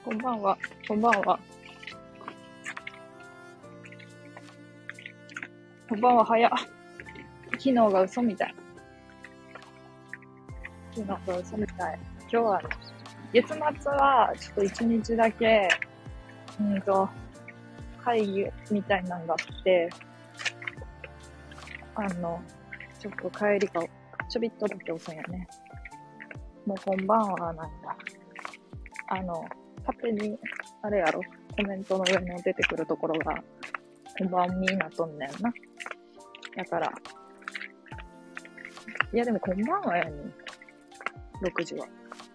こんばんは。こんばんは。こんばんは、早っ。昨日が嘘みたい。昨日が嘘みたい。今日は、月末は、ちょっと一日だけ、会議みたいなのがあって、ちょっと帰りが、ちょびっとだけ遅いよね。もうこんばんは、なんか、勝手に、あれやろ、コメントの上に出てくるところが、こんばんみーなとんねんな。だから、いやでもこんばんはやねん。6時は。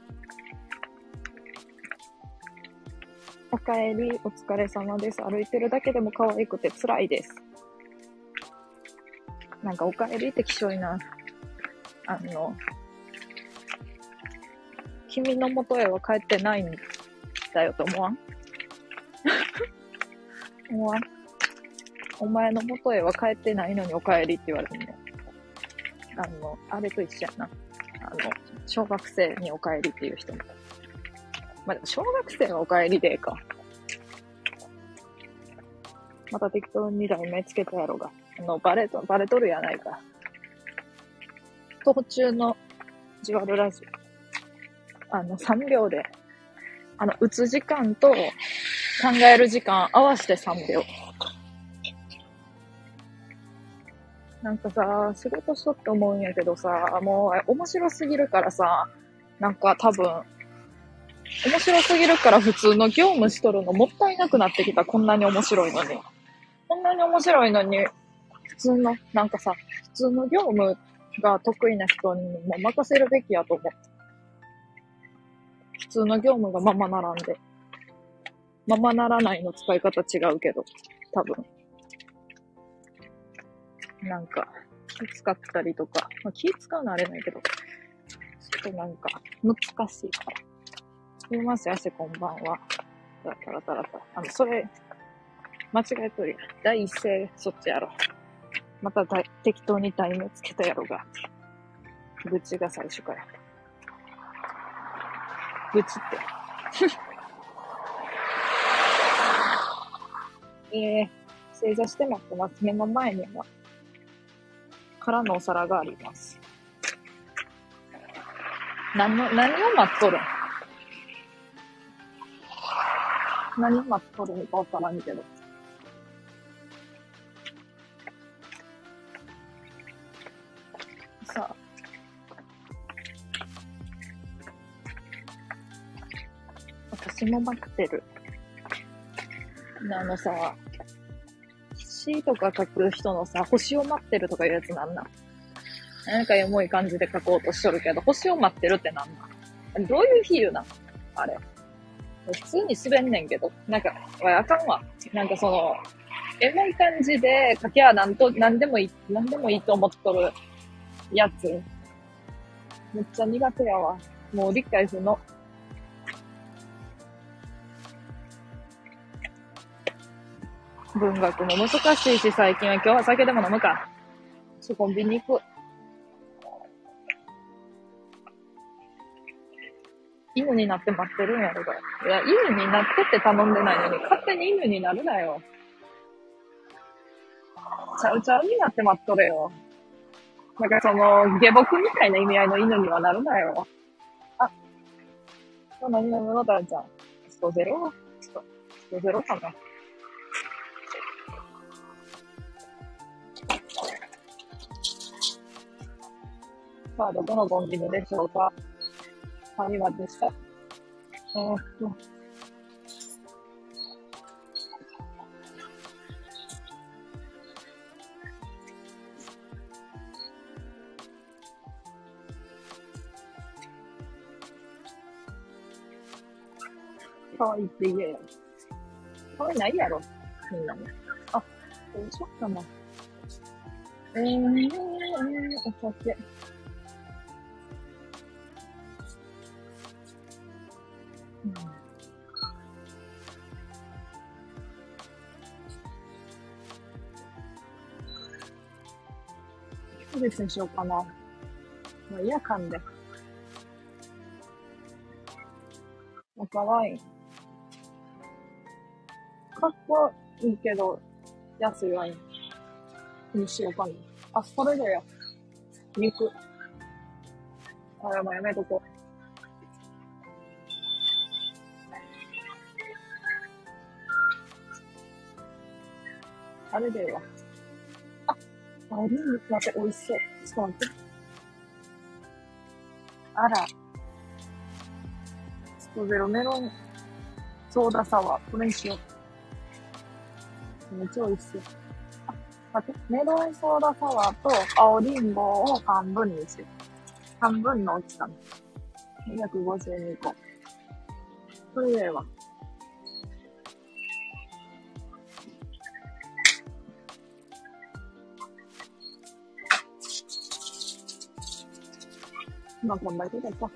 おかえり、お疲れ様です。歩いてるだけでも可愛くて辛いです。なんかおかえりってきしょいな。君の元へは帰ってないんだよと思わん思わんお前の元へは帰ってないのにおかえりって言われるね。あれと一緒やな。小学生におかえりっていう人も。まあ、でも小学生はおかえりでか。また適当に題名つけたやろが。バレとるやないか。途中のじわるラジオ。3秒で、打つ時間と考える時間合わせて3秒。なんかさ、仕事しとって思うんやけどさ、もう面白すぎるからさ、なんか多分、面白すぎるから普通の業務しとるのもったいなくなってきた。こんなに面白いのに。こんなに面白いのに、普通の、なんかさ、普通の業務が得意な人にも任せるべきやと思う。普通の業務がままならんで。ままならないの使い方違うけど、多分。なんか、気使ったりとか、まあ、気使うのはあれないけど、ちょっとなんか、難しいから。すみません、汗こんばんは。たら。それ、間違えとるやん。第一声、そっちやろ。また適当に題名つけたやろが。愚痴が最初から。愚痴って。正座して待ってます。目の前には、空のお皿があります。何を待っとるん？何を待っとるのかわからんけど。さあ。私も待ってる。さ、詩とか書く人のさ、星を待ってるとかいうやつなんかエモい感じで書こうとしとるけど、星を待ってるってなんどういう比喩なんあれ。普通に滑んねんけど。なんか、あかんわ。なんかエモい感じで書きゃなんでもいいと思っとるやつ。めっちゃ苦手やわ。もう理解するの。文学も難しいし、最近は今日は酒でも飲むか。コンビニ行く。犬になって待ってるんやろが。いや、犬になってって頼んでないのに、勝手に犬になるなよ。ちゃうちゃうになって待っとれよ。なんか下僕みたいな意味合いの犬にはなるなよ。あ、何飲むのだちゃん。ストゼロストゼロかな。さあ、どこのコンビニでしょうか。ファミマでした。かわいいって言えよ。かわいいないやろ。みんなね。あ、どうしよっかな。お酒。キャベツにしようかな。まあ、嫌かんで。赤ワイン。 かっこいいけど、安いワインにしようかな。あ、それでや。肉。あれもやめとこう。あれでいいわ。あ、オリーブ待って、美味しそう。ちょっと待って。あら。ストゼロメロンソーダサワー。これにしよう。めっちゃ美味しそう。あ、待って。メロンソーダサワーと青リンゴを半分にしよう。半分の大きさね。252個。これでいいわ。まあ、こんだけだか。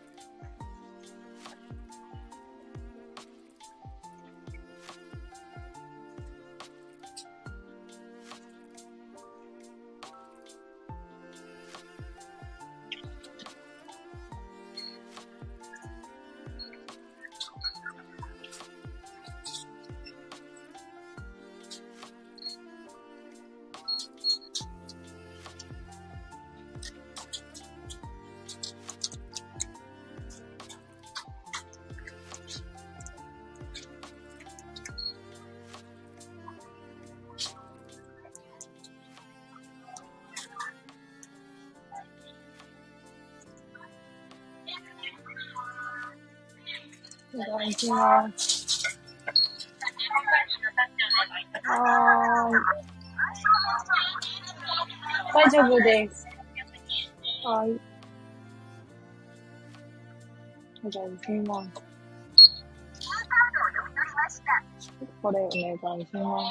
いただきます。はーい。大丈夫です。はい。いただきます。これお願いします。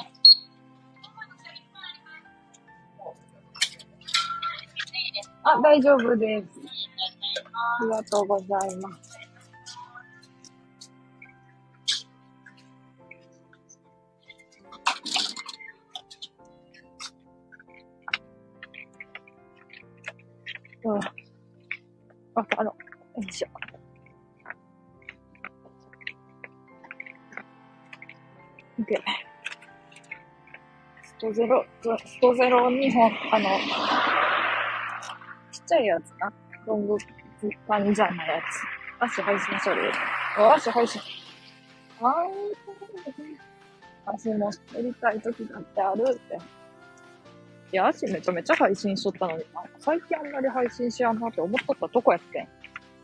あ、大丈夫です。ありがとうございます。うん。よいしょ。OK。ストゼロ2本、ちっちゃいやつな。ロングパンじゃないやつ。足配信処理。足配信。足もやりたい時だってあるって。いや、足めちゃめちゃ配信しとったのにな。最近あんまり配信しやんなって思っとったとこやってん。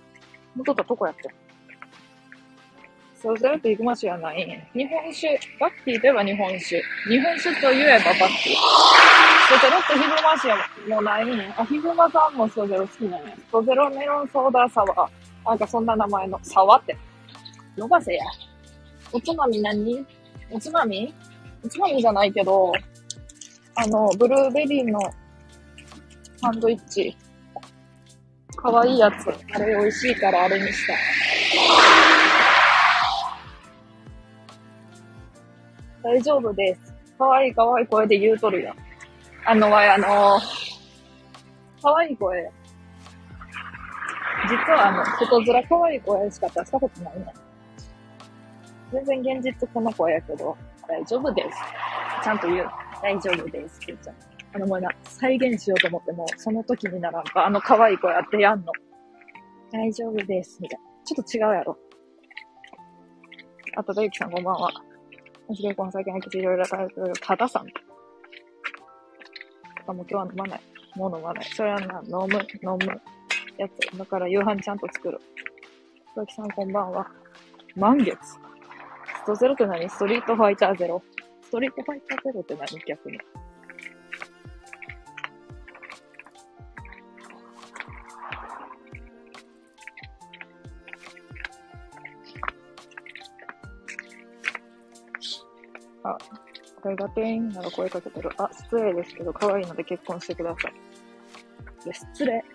そうすると、イグマ酒はない。日本酒、バッキーといえば日本酒。日本酒といえばバッキー。ストゼロってヒグマ酒もないね。あ、ヒグマさんもストゼロ好きなのね。ストゼロメロンソーダサワー。なんかそんな名前の、サワって。伸ばせや。おつまみ何？おつまみじゃないけど、ブルーベリーのサンドイッチ。かわいいやつ。あれ美味しいからあれにした。大丈夫です。かわいい声で言うとるやん。かわいい声。実は外面かわいい声しか出したことないね。全然現実この声やけど、大丈夫です。ちゃんと言う。大丈夫ですって言っちゃう。もう再現しようと思っても、その時にならんか、可愛い声あってやんの。大丈夫です。みたいな。ちょっと違うやろ。あと、ゆきさんこんばんは。お昼ご飯最近入っていろいろ食べてるたださん。もう今日は飲まない。もう飲まない。それは飲むやつ。だから夕飯ちゃんと作る。ゆきさんこんばんは。満月。ストゼロって何？ストリートファイターゼロ。ストリートファイターゼロって何？逆に。あ、これが店員なら声かけてる。あ、失礼ですけど、可愛いので結婚してください。いや、失礼。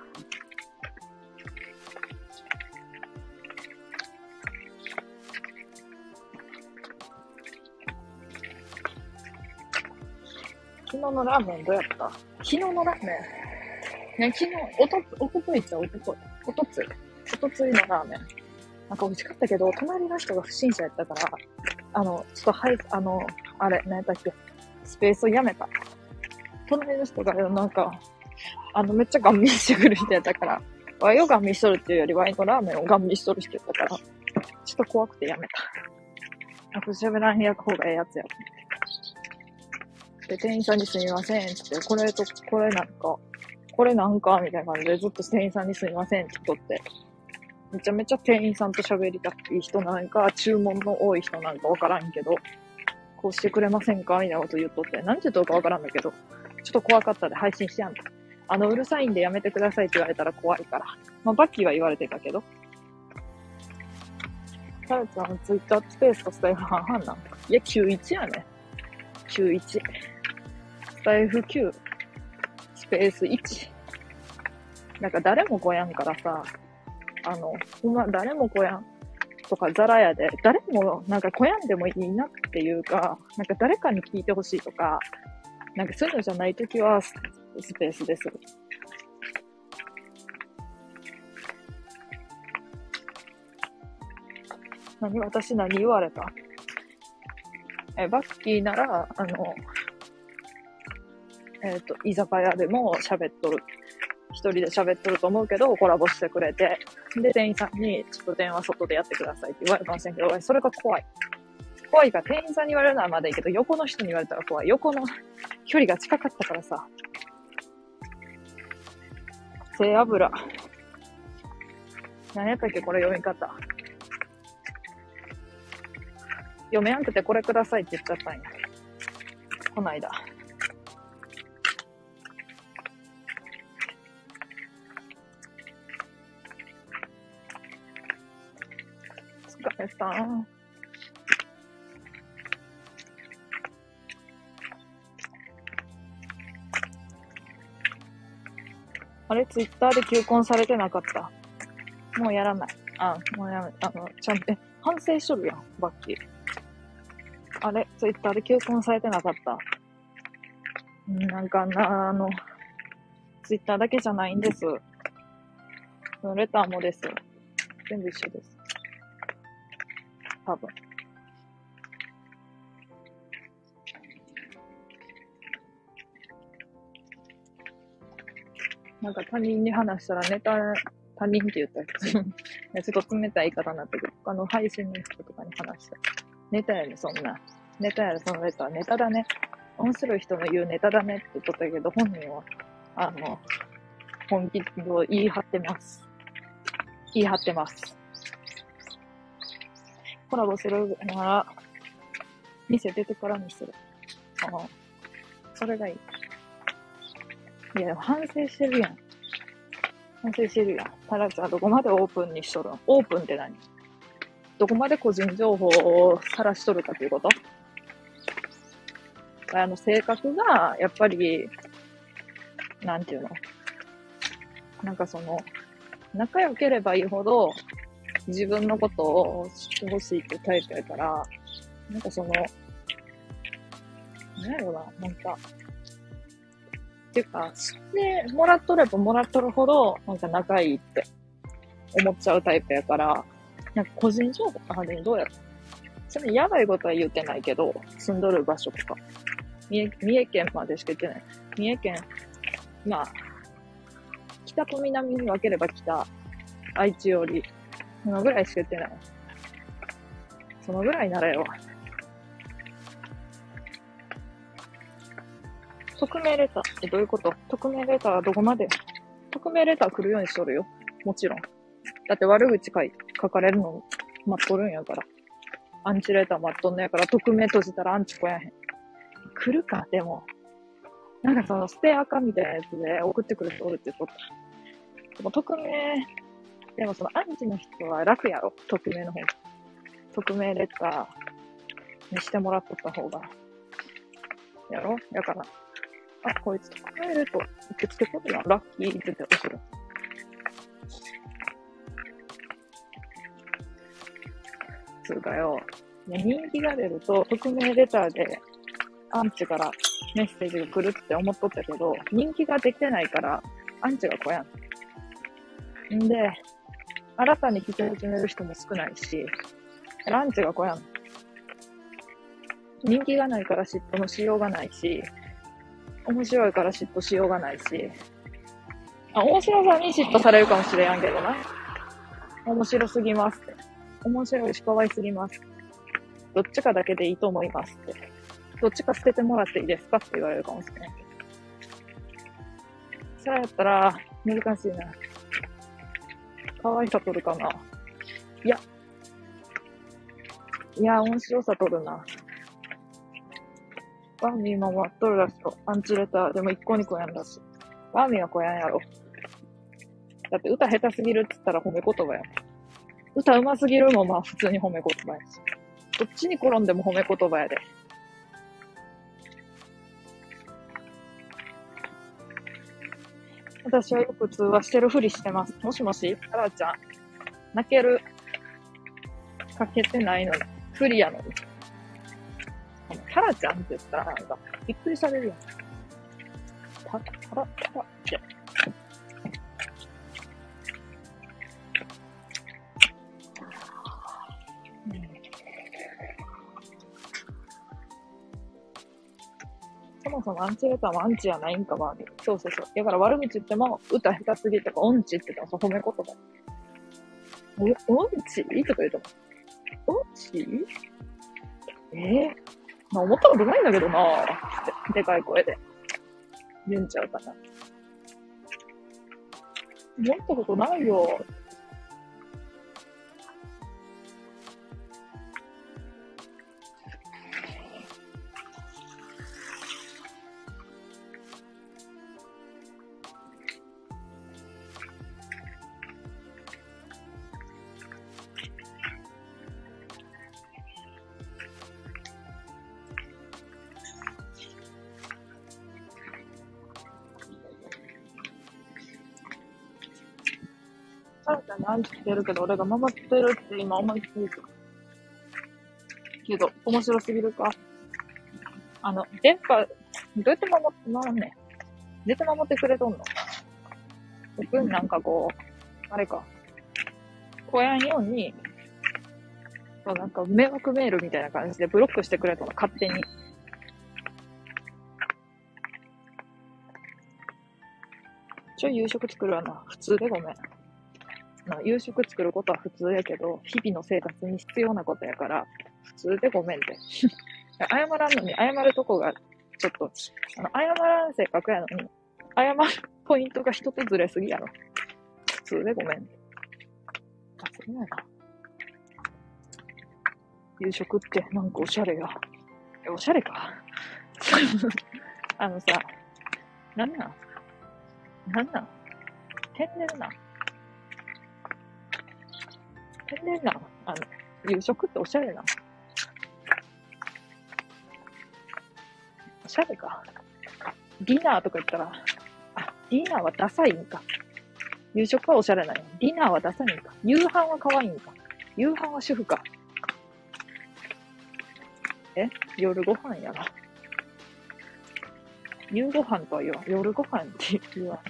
昨日のラーメンどうやった？昨日のラーメン。ね、昨日、おとついのラーメン。なんか美味しかったけど、隣の人が不審者やったから、 ちょっとあれ、何やったっけ、スペースをやめた。隣の人が、なんか、めっちゃガン見してくる人やったから、ワイをガン見しとるっていうより、ワイのラーメンをガン見しとる人やったから、ちょっと怖くてやめた。喋らんや方がええやつや。で、店員さんにすみませんって、これなんか、みたいな感じでずっと店員さんにすみませんって言っとって、めちゃめちゃ店員さんと喋りたくいい人なんか、注文の多い人なんかわからんけど、こうしてくれませんかみたいなこと言っとって、なんて言うとかわからんだけど、ちょっと怖かったで配信してやんだ。うるさいんでやめてくださいって言われたら怖いから。まあ、バッキーは言われてたけど。タルちゃん、ツイッタースペースとスタイフ半々なん。いや、91やね。91。スタイフ9、スペース1。なんか誰も来やんからさ、誰も来やんとかザラやで、誰もなんか来やんでもいいなっていうか、なんか誰かに聞いてほしいとか、なんかそういうのじゃないときはスペースでする。私何言われた？バッキーなら、居酒屋でも喋っとる。一人で喋っとると思うけど、コラボしてくれて。で、店員さんに、ちょっと電話外でやってくださいって言われたんですけど、それが怖い。怖いから、店員さんに言われるのはまだいいけど、横の人に言われたら怖い。横の距離が近かったからさ。背脂。何やったっけこれ読み方。読めやんくてこれくださいって言っちゃったんや。こないだ。疲れた。あれ、ツイッターで求婚されてなかった。もうやらない。もうやめ、ちゃんと、反省しとるやん、バッキー。あれ、ツイッターで求婚されてなかった。なんかツイッターだけじゃないんです。レターもです。全部一緒です。多分。なんか他人に話したら他人って言ったやつ。ちょっと冷たい言い方になってくる。配信の人とかに話した。ネタやね、そんな。ネタやろ、そのレター。ネタだね。面白い人の言うネタだねって言っとったけど、本人は、本気を言い張ってます。コラボするなら、店出てからにする。それがいい。いや、でも反省してるやん。ただじゃあどこまでオープンにしとるん？オープンって何？どこまで個人情報を晒しとるかということ？性格が、やっぱり、なんていうの？なんか仲良ければいいほど、自分のことを知ってほしいってタイプやから、なんかなんやろな、なんか、っていうか、知ってもらっとればもらっとるほど、なんか仲いいって思っちゃうタイプやから、なんか個人情報、でもどうやろ。それやばいことは言ってないけど、住んどる場所とか。三重県までしか言ってない。三重県、まあ、北と南に分ければ北、愛知より、そのぐらいしか言ってない。そのぐらいならよ。匿名レターどういうこと？匿名レターはどこまで？匿名レター来るようにしとるよ。もちろん。だって悪口書かれるの待っとるんやから。アンチレター待っとんのやから、匿名閉じたらアンチ来やへん。来るか、でも。なんかステアカみたいなやつで送ってくる人おるって言っとった。でも匿名、でもアンチの人は楽やろ。匿名の方が。匿名レターにしてもらっとった方が。やろ？だから。こいつ匿名レター受け付けとるやん。ラッキーって言ってほしい。つうかよ。人気が出ると、匿名レターで、アンチからメッセージが来るって思っとったけど、人気ができてないから、アンチが来やん。んで、新たに聞き始める人も少ないし、アンチが来やん。 人気がないから嫉妬のしようがないし、面白いから嫉妬しようがないし、面白さに嫉妬されるかもしれんけどな。面白すぎますって。面白いし可愛すぎます。どっちかだけでいいと思いますって。どっちか捨ててもらっていいですかって言われるかもしれないけど。そうやったら、難しいな。可愛さ取るかな。いや、面白さ取るな。バーミーも待っとるらしいよ。アンチレター。でも一向に来やんだし。バーミーは来やんやろ。だって歌下手すぎるって言ったら褒め言葉や。歌上手すぎるもまあ普通に褒め言葉やし。どっちに転んでも褒め言葉やで。私はよく通話してるふりしてます。もしもしタラちゃん。泣ける。かけてないのに。不利やのに。タラちゃんって言ったらなんか、びっくりされるやん。タラって。そもそもアンチレターもアンチやないんか、バーミー。そう。だから悪口言っても、歌下手すぎとか、音痴って言っても褒め言葉。音痴とか言うとも、音痴まあ思ったことないんだけどなぁ。でかい声で。言うんちゃうかな。思ったことないよ。タラちゃんにアンチしてるけど、俺が守ってるって今思いついた。けど、面白すぎるか。電波、どうやって守ってもらうねん。どうやって守ってくれとんの？僕なんかこう、あれか。こやんように、なんか迷惑メールみたいな感じでブロックしてくれとんの、勝手に。夕食作るわな。普通でごめん。夕食作ることは普通やけど、日々の生活に必要なことやから、普通でごめんって。謝らんのに、謝るとこが、ちょっと、謝らん性格やのに、謝るポイントが一つずれすぎやろ。普通でごめん。そうやな。夕食ってなんかおしゃれや。おしゃれか。さ、なんなん天然な。夕食っておしゃれな。おしゃれか。ディナーとか言ったら、ディナーはダサいんか。夕食はおしゃれなんや。ディナーはダサいんか。夕飯は可愛いんか。夕飯は主婦か。夜ご飯やな。夕ご飯とは言わん。夜ご飯って言わん。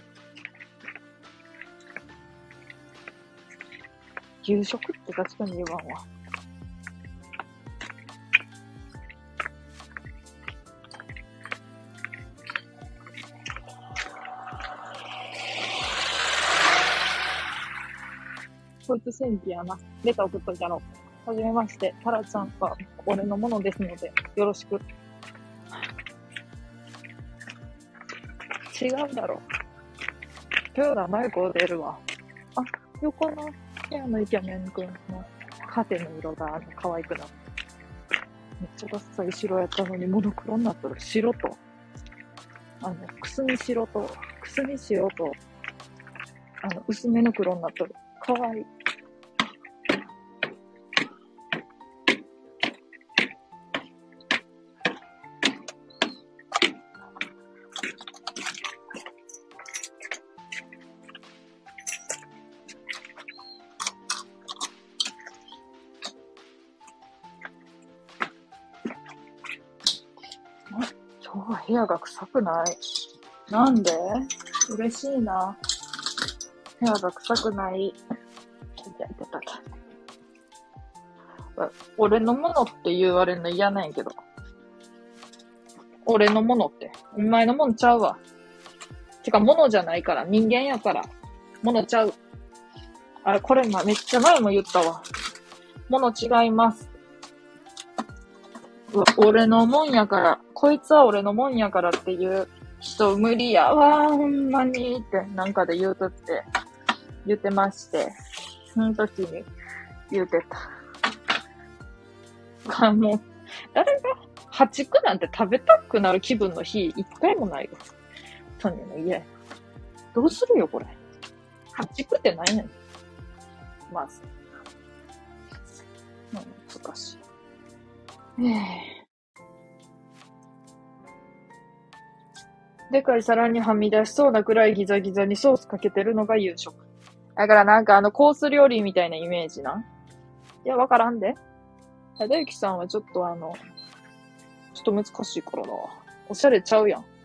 夕食って確かに言わんわ。こいつ戦記やな。レター送っといたの。はじめまして、タラちゃんが俺のものですので、よろしく。違うだろ。豊田真由子出るわ。横の部屋のイケメンくんのカーテンの色が可愛くなって。めっちゃダッサい白やったのにモノクロになっとる。白と、くすみ白と、薄めの黒になっとる。可愛い。今日は部屋が臭くない。なんで？嬉しいな。部屋が臭くない。俺のものって言われるの嫌なんやけど。 俺のものって。お前のもんちゃうわ。てか、ものじゃないから、人間やから、ものちゃう。あれ、これめっちゃ前も言ったわ。もの違います。俺のもんやから、こいつは俺のもんやからっていう人無理やわ、ほんまにってなんかで言ってまして、その時に言ってた。もう、誰が破竹なんて食べたくなる気分の日一回もないよ。とにも言え。どうするよ、これ。破竹って何やねん。まず。難しい。でかい皿にはみ出しそうなくらいギザギザにソースかけてるのが夕食。だからなんかコース料理みたいなイメージな。いや、わからんで。大ゆきさんはちょっとちょっと難しいからな。おしゃれちゃうやん。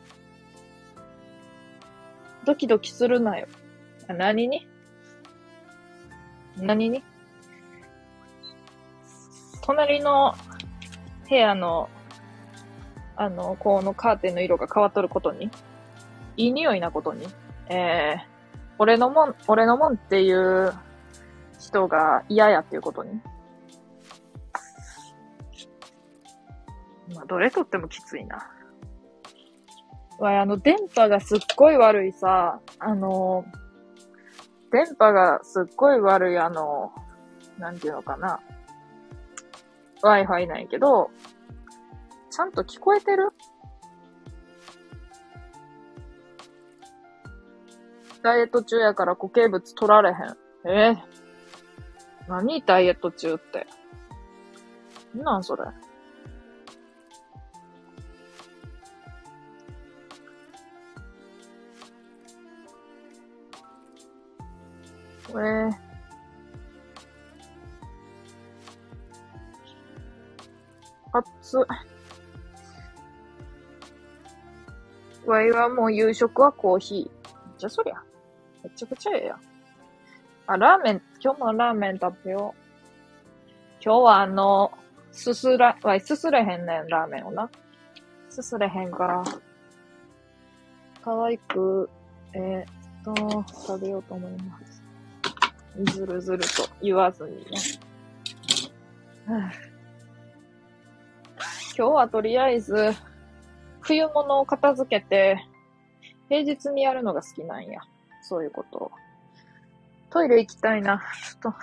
ドキドキするなよ。何に隣の部屋の、このカーテンの色が変わっとることに、いい匂いなことに、俺のもんっていう人が嫌やっていうことに。まあ、どれとってもきついな。電波がすっごい悪いさ、電波がすっごい悪いなんていうのかな。Wi-Fi なんやけど、ちゃんと聞こえてる？ダイエット中やから固形物取られへん。何ダイエット中って。なんそれ。熱っ。わいはもう夕食はコーヒー。じゃそりゃ。めちゃくちゃええやん。ラーメン、今日もラーメン食べよう。今日はすすれへんねん、ラーメンをな。すすれへんから、可愛く、食べようと思います。ずるずると言わずにね。今日はとりあえず、冬物を片付けて、平日にやるのが好きなんや。そういうことを。トイレ行きたいな。ちょっと。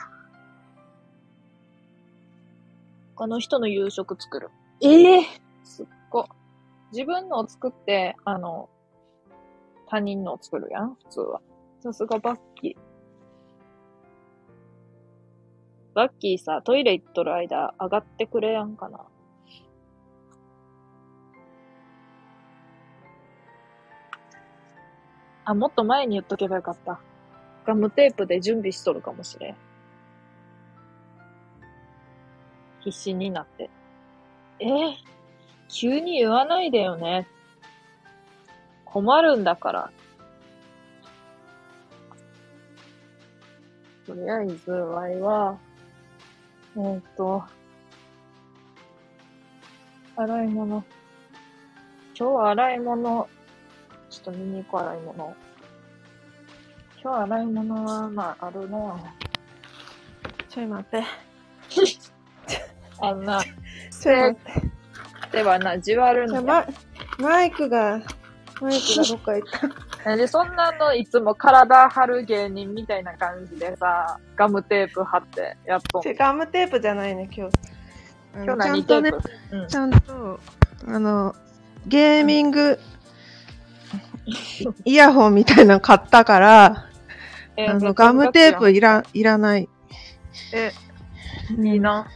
他の人の夕食作る。すっご。自分のを作って、他人のを作るやん、普通は。さすがバッキー。バッキーさ、トイレ行っとる間、上がってくれやんかな。もっと前に言っとけばよかった。ガムテープで準備しとるかもしれん。必死になって。急に言わないでよね。困るんだから。とりあえず、ワイは、洗い物。今日は洗い物、ちょっと見に行こう、洗い物。今日洗い物は、まあ、あるな。 ちょい待って。 あんな、 ちょい待って。 ではな、じわるんだ。 マイクがどっか行った。 で、そんなのいつも体張る芸人みたいな感じでさ、ガムテープ貼ってやっとん。 ガムテープじゃないね、今日。 今日何テープ？ ちゃんと、ゲーミング、イヤホンみたいなの買ったから、ガムテープいらない。 いいな。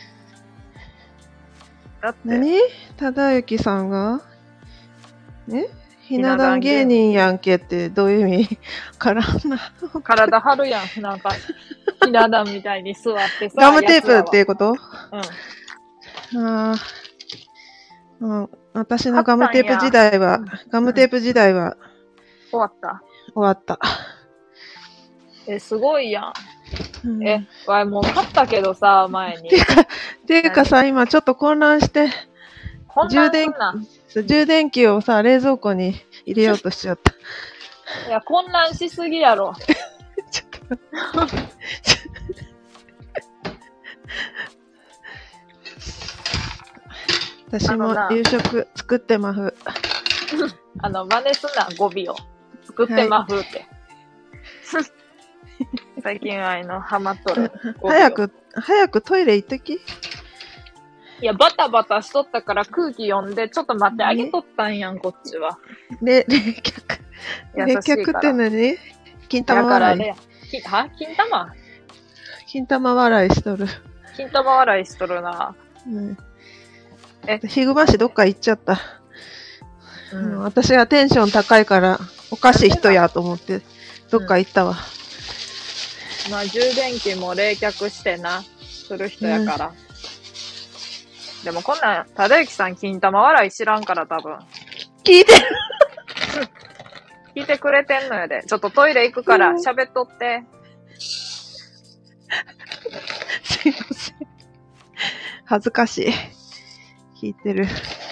だって。 何？忠之さんがひな壇芸人やんけってどういう意味からんな。 体張るやん。なんか、ひな壇みたいに座ってさ。 ガムテープっていうこと？ うん。 私のガムテープ時代は、 終わった。 終わった。 すごいやん。もう買ったけどさ、前に。 ていうかさ、今ちょっと混乱して、 充電器をさ、冷蔵庫に入れようとしちゃった。 いや、混乱しすぎやろ。 ちょっと待って。私も夕食作ってまふ。 真似すな、語尾を。作ってまふって。はい、最近はハマっとる。 早くトイレ行っとき。 いや、バタバタしとったから空気読んで、ちょっと待ってあげとったんやん、こっちは。 冷却。冷却って何？金玉笑い。金玉笑いしとる。 金玉笑いしとるな。 ヒグマ市どっか行っちゃった。私がテンション高いからおかしい人やと思ってどっか行ったわ。 まあ充電器も冷却してな、する人やから。でもこんなん、忠之さん金玉笑い知らんから多分。 聞いてる聞いてくれてんのよで。ちょっとトイレ行くから喋っとって。 すいません。恥ずかしい。聞いてる。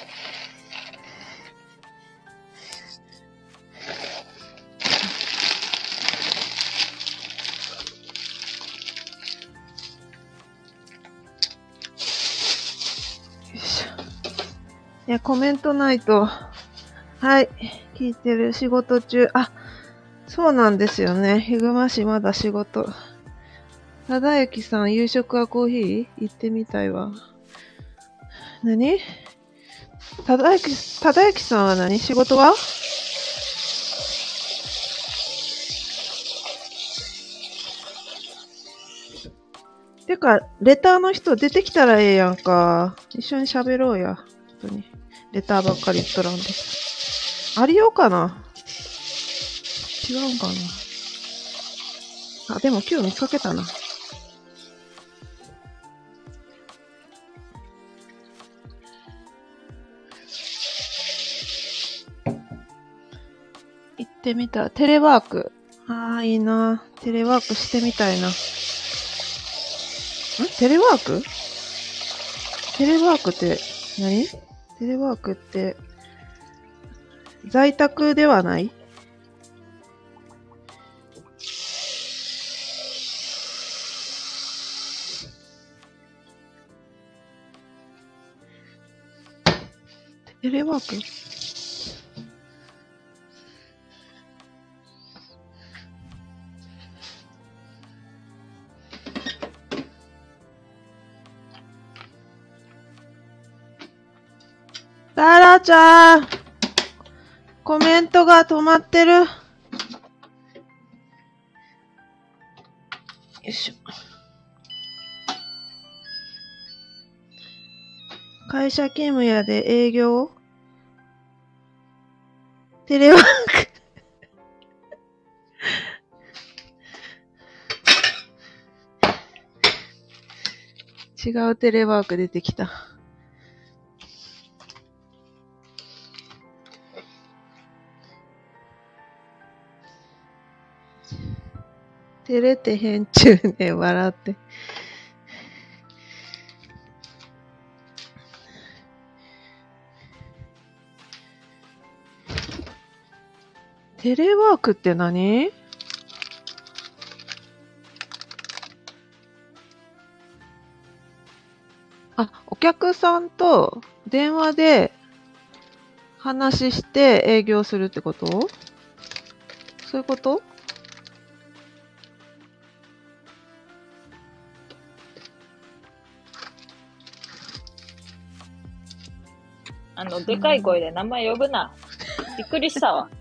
いや、コメントないと。はい。聞いてる。仕事中。あ、そうなんですよね。ヒグマ市まだ仕事。忠之さん、夕食はコーヒー行ってみたいわ。何？忠之さんは何？仕事は？てか、レターの人出てきたらええやんか。一緒に喋ろうや。本当に。レターばっかり言っとらんで。ありようかな？違うんかな？あ、でも今日見かけたな。行ってみた。テレワーク。ああ、いいな。テレワークしてみたいな。テレワーク？テレワークって何？テレワークって、在宅ではない？テレワーク？タラちゃん、コメントが止まってる。よいしょ。会社勤務やで営業？テレワーク違うテレワーク出てきた。照れてへんちゅうねん、笑って。テレワークって何？あ、お客さんと電話で話して営業するってこと？そういうこと？ でかい声で名前呼ぶな。びっくりしたわ。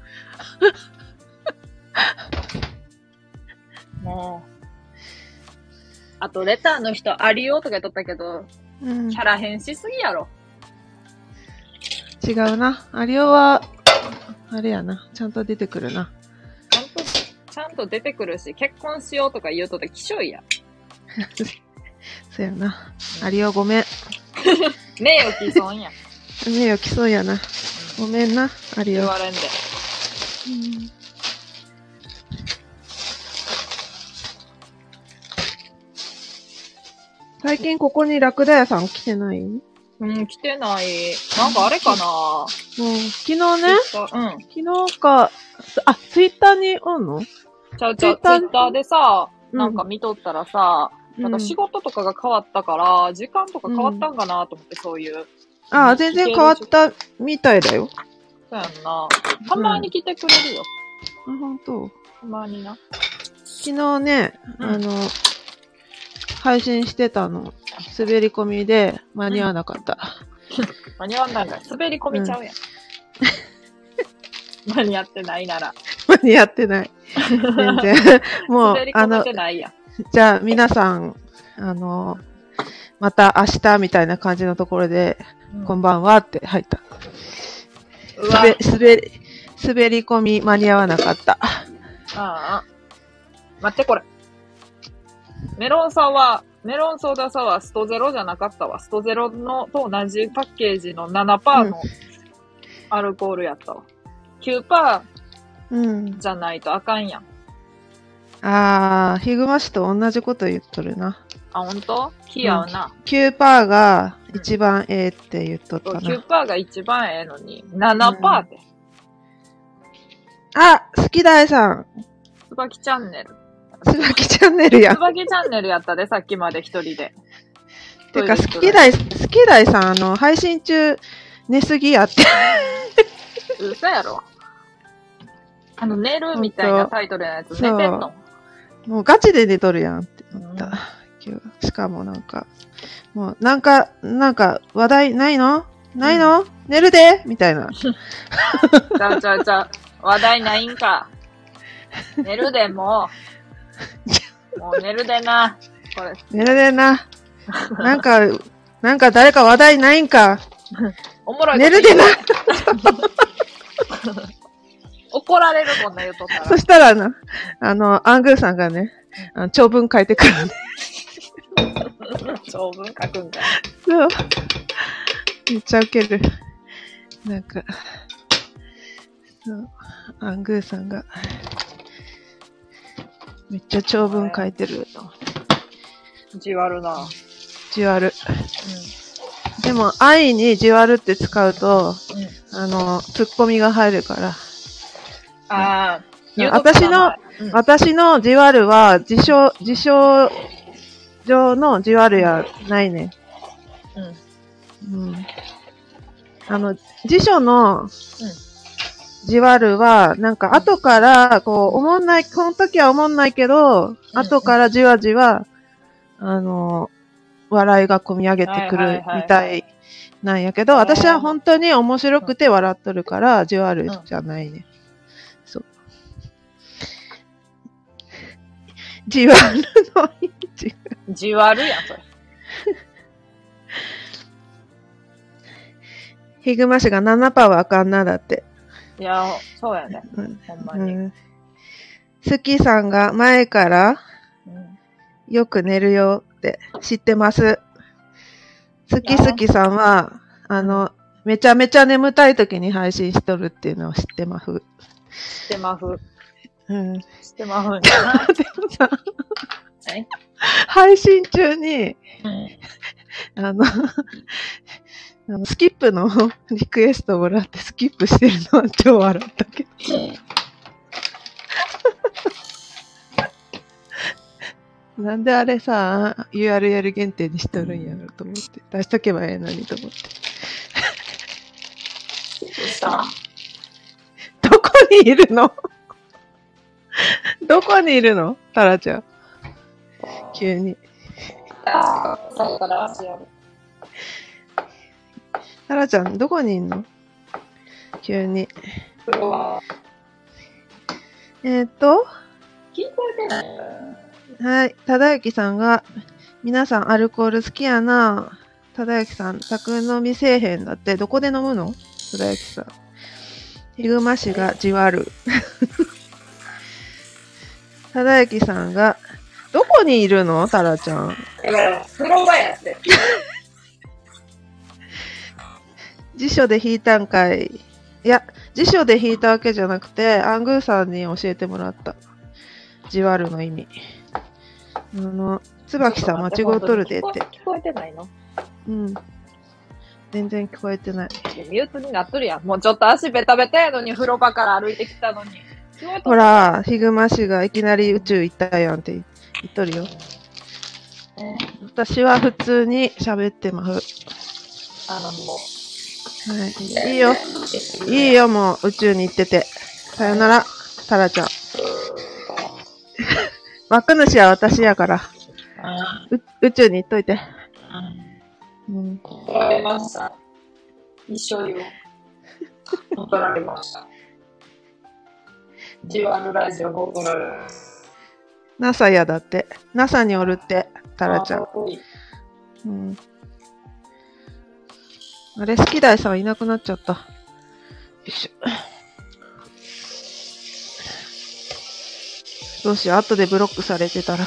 もう。あと、レターの人、ありよとか言っとったけど、キャラ変しすぎやろ。 違うな。アリオは、あれやな。ちゃんと出てくるな。 ちゃんと出てくるし、結婚しようとか言うとってきしょいや。 そうやな。アリオごめん。 名誉毀損や。 名誉毀損やな。ごめんな、アリオ。 言われんで。 最近ここにラクダ屋さん来てない？ 来てない。なんかあれかな。 昨日ね、 昨日か、ツイッターにおんの？ ツイッターでさ、なんか見とったらさ、 うんなんか仕事とかが変わったから、時間とか変わったんかなと思って、そういう。 全然変わったみたいだよ。 そうやんな。たまに来てくれるよ。 ほんと？ たまにな。 昨日ね、配信してたの。滑り込みで間に合わなかった。 間に合わないから滑り込みちゃうやん。間に合ってないなら。 間に合ってない。全然。もう、 滑り込めてないやん。 じゃあ皆さん、また明日みたいな感じのところで、こんばんはって入った。滑り込み間に合わなかった。 待って、これ。メロンソーダサワーストゼロじゃなかったわ。ストゼロのと同じパッケージの 7% のアルコールやったわ。9% じゃないとあかんやん。 ヒグマ氏と同じこと言っとるな。 ほんと？気合うな。 9% が一番ええって言っとったな。 9% が一番ええのに、7% って。 好きだいさん。 つばきチャンネル。 つばきチャンネルや。 つばきチャンネルやったで、さっきまで一人で。 てか、好きだいさん、配信中、寝すぎやって。 嘘やろ。寝るみたいなタイトルのやつ、寝てんの？ もうガチで寝とるやんって思った。今日しかももうなんか話題ないの？寝るでみたいな。 ちゃう。話題ないんか。寝るでもう寝るでな。これ。 寝るでな。なんか誰か話題ないんか。 おもろい。 寝るでな。 怒られるもんな、言うとったら。 そしたらアングーさんがね、長文書いてくるね。 長文書くんかい。 そう。めっちゃウケる。なんか、そう、アングーさんが、めっちゃ長文書いてる。 じわるな。 じわる。でも、愛にじわるって使うと、ツッコミが入るから。私のじわるは、自称上のじわるやないね。辞書のじわるは、なんか後から、この時は思んないけど、後からじわじわ、笑いが込み上げてくるみたいなんやけど、私は本当に面白くて笑っとるから、じわるじゃないね。そう。じわるの意味。 じわるやん、それ。 ヒグマ氏が7%はあかんな、だって。 いや、そうやね。ほんまに。 スキさんが前から、よく寝るよって知ってます。スキさんは、めちゃめちゃ眠たい時に配信しとるっていうのを知ってまふ。 知ってまふ。知ってまふんでもさ、配信中に、スキップのリクエストをもらってスキップしてるのは超笑ったけど。なんであれさ、URL 限定にしとるんやろと思って。出しとけばええのにと思って。どこにいるの？どこにいるの？タラちゃん。急に。タラちゃん、どこにいんの？急に。 聞こえてない？ はい。ただゆきさんが、皆さんアルコール好きやな。ただゆきさん、宅飲みせえへんだって、どこで飲むの？ただゆきさん。ヒグマ氏がじわる。ただゆきさんが、どこにいるの？タラちゃん。 風呂場やって。 辞書で引いたんかい。いや、辞書で引いたわけじゃなくて、アングーさんに教えてもらった。じわるの意味。つばきさん間違うとるでって。 聞こえてないの？ 全然聞こえてない。 ミュートになっとるやん。もうちょっと足ベタベタやのに、風呂場から歩いてきたのに。 ほら、ヒグマ氏がいきなり宇宙行ったやんって言っとるよ。私は普通に喋ってます。 もう。はい。いいよ。いいよ、もう宇宙に行ってて。さよなら、タラちゃん。枠主は私やから。宇宙に行っといて。 怒られました。一緒よ。怒られました。ジワルラジオ怒られます。 NASA やだって。NASA におるって、タラちゃん。あれ、好きだいさんいなくなっちゃった。よいしょ。どうしよう、後でブロックされてたら。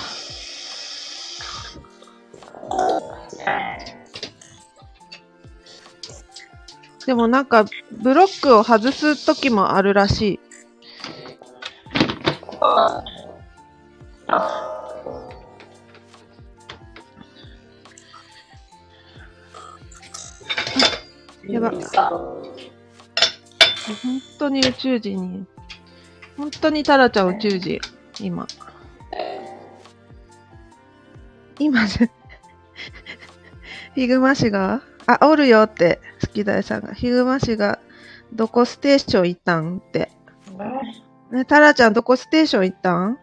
でもなんか、ブロックを外すときもあるらしい。やば。本当に宇宙人に。本当にタラちゃん宇宙人。今ヒグマ氏が、おるよって、好きだいさんが。ヒグマ氏が、どこステーション行ったんって。ね、タラちゃんどこステーション行ったん？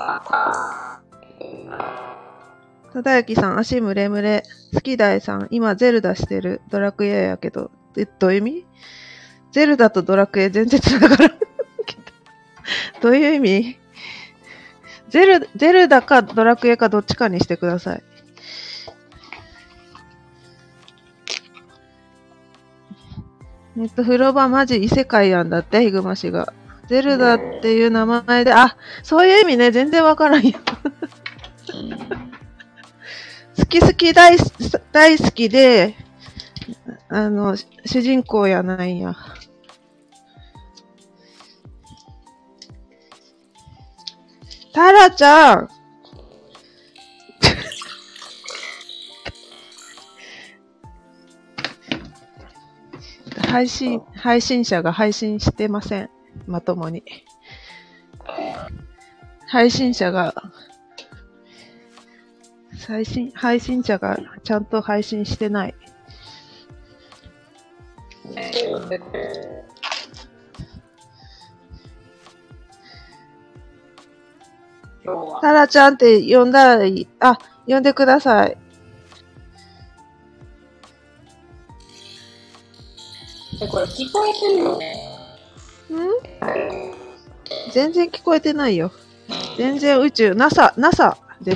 ただやきさん、足ムレムレ。好きだいさん、今ゼルダしてる。ドラクエやけど。どういう意味？ゼルダとドラクエ全然繋がらん。どういう意味？ゼルダかドラクエかどっちかにしてください。風呂場マジ異世界なんだって、ヒグマ氏が。ゼルダっていう名前で、そういう意味ね、全然わからんよ。大好きで、主人公やないんや。タラちゃん配信者が配信してません。まともに。配信者がちゃんと配信してない。タラちゃんって呼んだらいい。呼んでください。 これ聞こえてるよね。 全然聞こえてないよ。全然宇宙、NASA です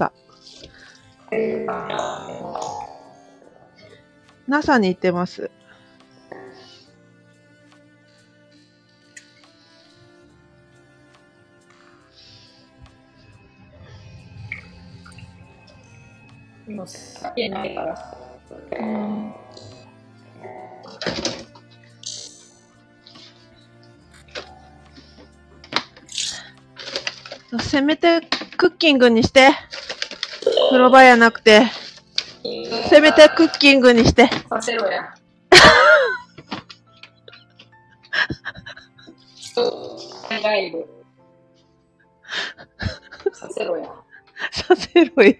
、NASA。NASA に行ってます。 もう先ないから。 せめてクッキングにして。風呂場やなくて。せめてクッキングにして。 させろや。ライブ。させろや。 させろや。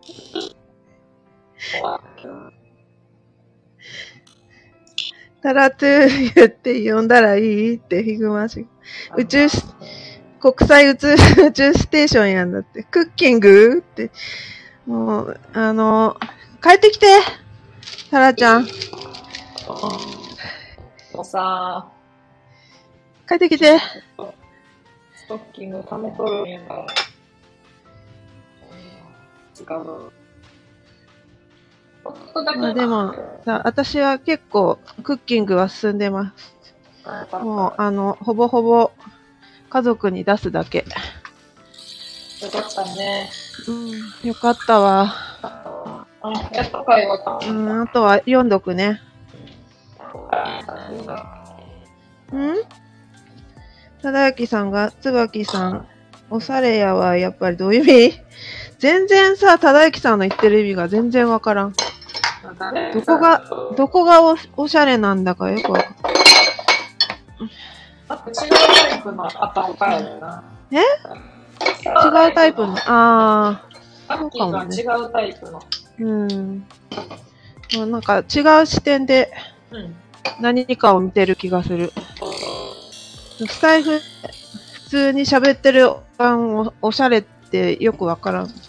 タラトゥー言って呼んだらいいってヒグマ氏。国際宇宙ステーションやんだって。クッキングって。もう、帰ってきてタラちゃん。 もうさ、 帰ってきて。 ストッキング溜めとるんやから。 でもさ、私は結構クッキングは進んでます。もう、ほぼほぼ家族に出すだけ。 よかったね。 よかったわ。 やっとかよ。 あとは読んどくね。ただやきさんが、つばきさん、おしゃれやはやっぱりどういう意味？全然さ、ただやきさんの言ってる意味が全然わからん。 どこがおしゃれなんだかよくわかんない。 あと違うタイプの頭かやな。 違うタイプの。ああ。 そうかもね。違うタイプの。 もうなんか違う視点で何かを見てる気がする。スタイフ、普通に喋ってるおしゃれってよくわからん。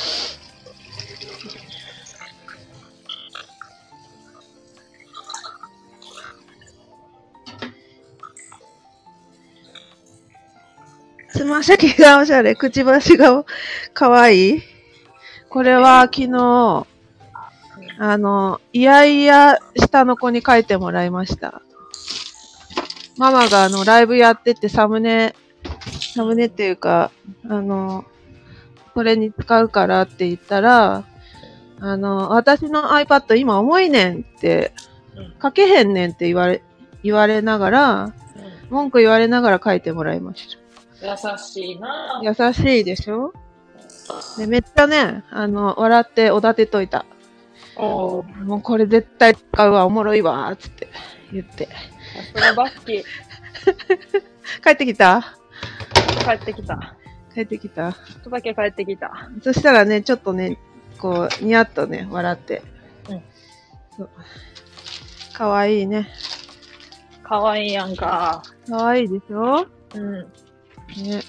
つま先がおしゃれ、くちばしがかわいい。これは昨日、いやいや下の子に書いてもらいました。ママがライブやっててサムネっていうか、これに使うからって言ったら、私の iPad 今重いねんって、書けへんねんって言われながら、文句言われながら書いてもらいました。 優しいな。 優しいでしょ？で、めっちゃね、笑っておだてといた。もうこれ絶対使うわ、おもろいわ、つって言って。 それバッキー。 帰ってきた？ 帰ってきた。 帰ってきた。 ちょっとだけ帰ってきた。 そしたらね、ちょっとね、こう、ニヤッとね、笑って。そう。かわいいね。 かわいいやんか。 かわいいでしょ？ね。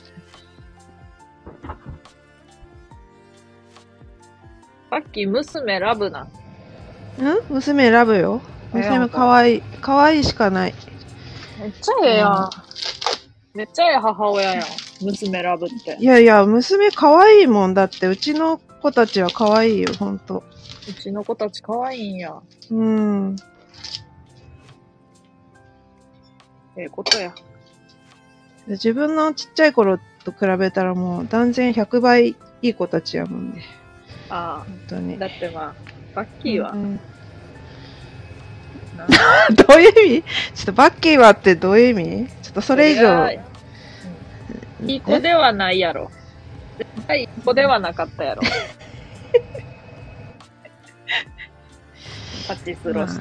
さっき娘ラブな。 娘ラブよ。娘かわいい。かわいいしかない。 めっちゃええやん。めっちゃええ母親やん。娘ラブって。 いやいや、娘かわいいもんだって、うちの子たちはかわいいよ、ほんと。 うちの子たちかわいいんや。ええことや。 自分のちっちゃい頃と比べたらもう断然100倍いい子たちやもんね。 ああ。 本当に。 だってまあ、バッキーは。 どういう意味？ちょっとバッキーはってどういう意味？ちょっとそれ以上。 いい子ではないやろ。絶対いい子ではなかったやろ。パチスロして。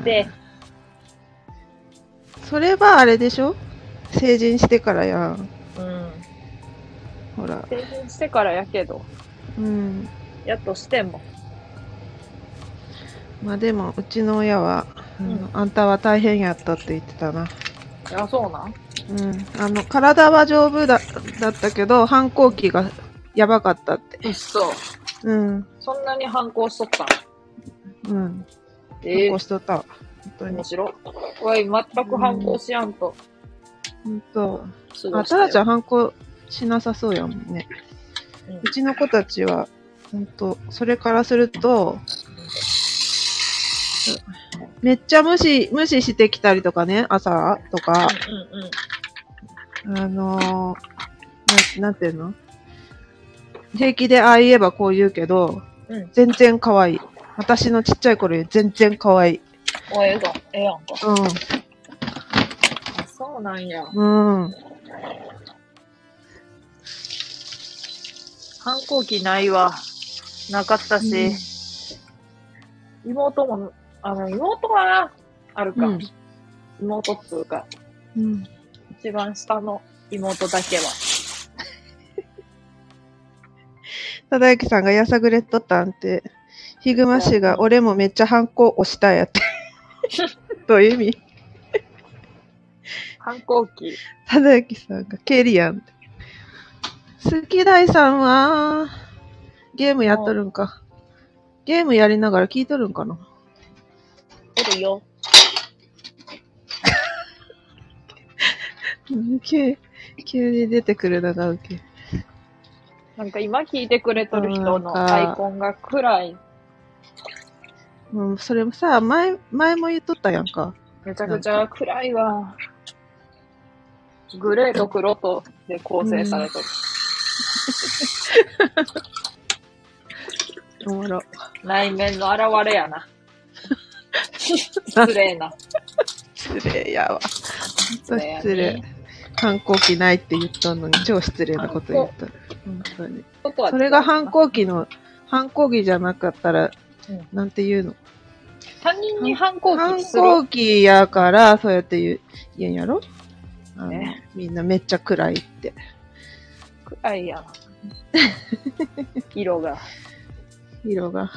それはあれでしょ？成人してからやん。ほら。 成人してからやけど。やっとしても。 まあでも、うちの親は、あんたは大変やったって言ってたな。 いや、そうなん？ 体は丈夫だったけど、反抗期がやばかったって。 そう。 そんなに反抗しとった？ 反抗しとった。本当に。 面白い。わい、全く反抗しやんと。 ただちゃん反抗しなさそうやもんね。うちの子たちは、それからすると、めっちゃ無視してきたりとかね、朝とか。なんていうの？平気でああ言えばこう言うけど、全然可愛い。私のちっちゃい頃より全然可愛い。 ええやんか。そうなんや。反抗期ないわ。なかったし。妹も、妹は、あるか。妹っつうか。一番下の妹だけは。 忠之さんがやさぐれっとったんって、ヒグマ氏が俺もめっちゃ反抗押したやって。どういう意味？ 反抗期。 忠之さんがケリアンって。好きだいさんは、ゲームやっとるんか。ゲームやりながら聞いとるんかな。 おるよ。 急に出てくるのがウケ。 なんか今聞いてくれとる人のアイコンが暗い。 それもさ、前も言っとったやんか。 めちゃくちゃ暗いわ。グレーと黒とで構成されとる。 おもろ。 内面の現れやな。失礼な。 失礼やわ。失礼。反抗期ないって言ったのに超失礼なこと言った。本当に。それが反抗期じゃなかったら、なんて言うの？ 他人に反抗反期する。 抗期やから、そうやって言うんやろねみんなめっちゃ暗いって。 暗いやん。色が。 色が。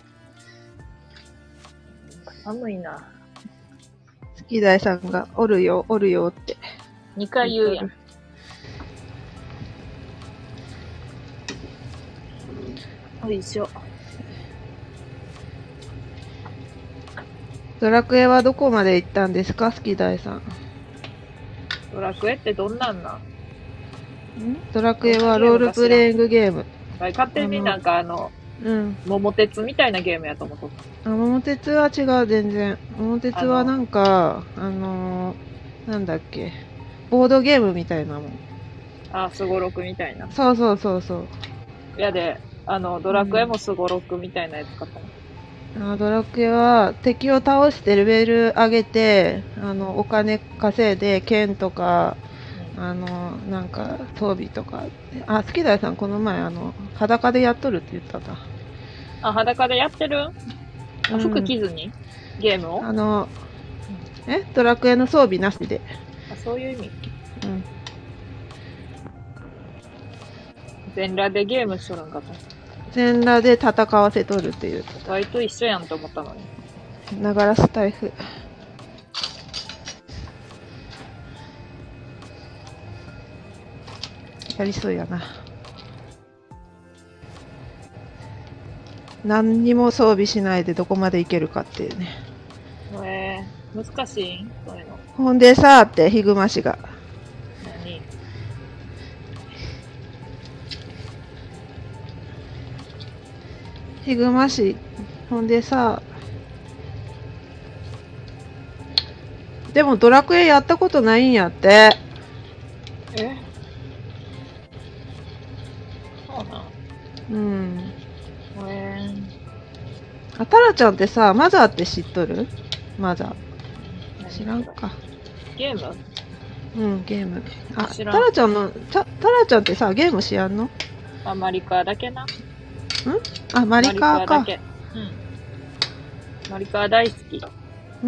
寒いな。 月大さんが、おるよって。 2回言うやん。よいしょ。 ドラクエはどこまで行ったんですか、月大さん。 ドラクエってどんなんなん？ ドラクエはロールプレイングゲーム。 勝手になんかうん。 桃鉄みたいなゲームやと思っとった。 桃鉄は違う、全然。桃鉄はなんか、なんだっけ。ボードゲームみたいなもん。 あ、スゴロクみたいな。 そうそうそうそう。 いやで、ドラクエもスゴロクみたいなやつ買ったの。 ドラクエは敵を倒してレベル上げて、お金稼いで剣とか、なんか装備とか。あ、好きだよさん、この前裸でやっとるって言ったんだ。 あ、裸でやってる？服着ずにゲームをドラクエの装備なしで。 あ、そういう意味。 うん。 全裸でゲームしとるんかと。 全裸で戦わせとるっていう。 割と一緒やんと思ったのに。 ながらスタイフ。やりそうやな。何にも装備しないでどこまでいけるかっていうね。 難しいんそういうの。 ほんでさーってヒグマ氏が。 何？ ヒグマ氏、ほんでさ、でもドラクエやったことないんやって。 そうなん？ うん。タラちゃんってさ、マザーって知っとる？マザー。知らんか。 ゲーム？ うん、ゲーム。あ、 知らん。 タラちゃんってさ、ゲームしやんの？ あ、マリカーだけな。 あ、マリカーか。 マリカー大好き。 うん。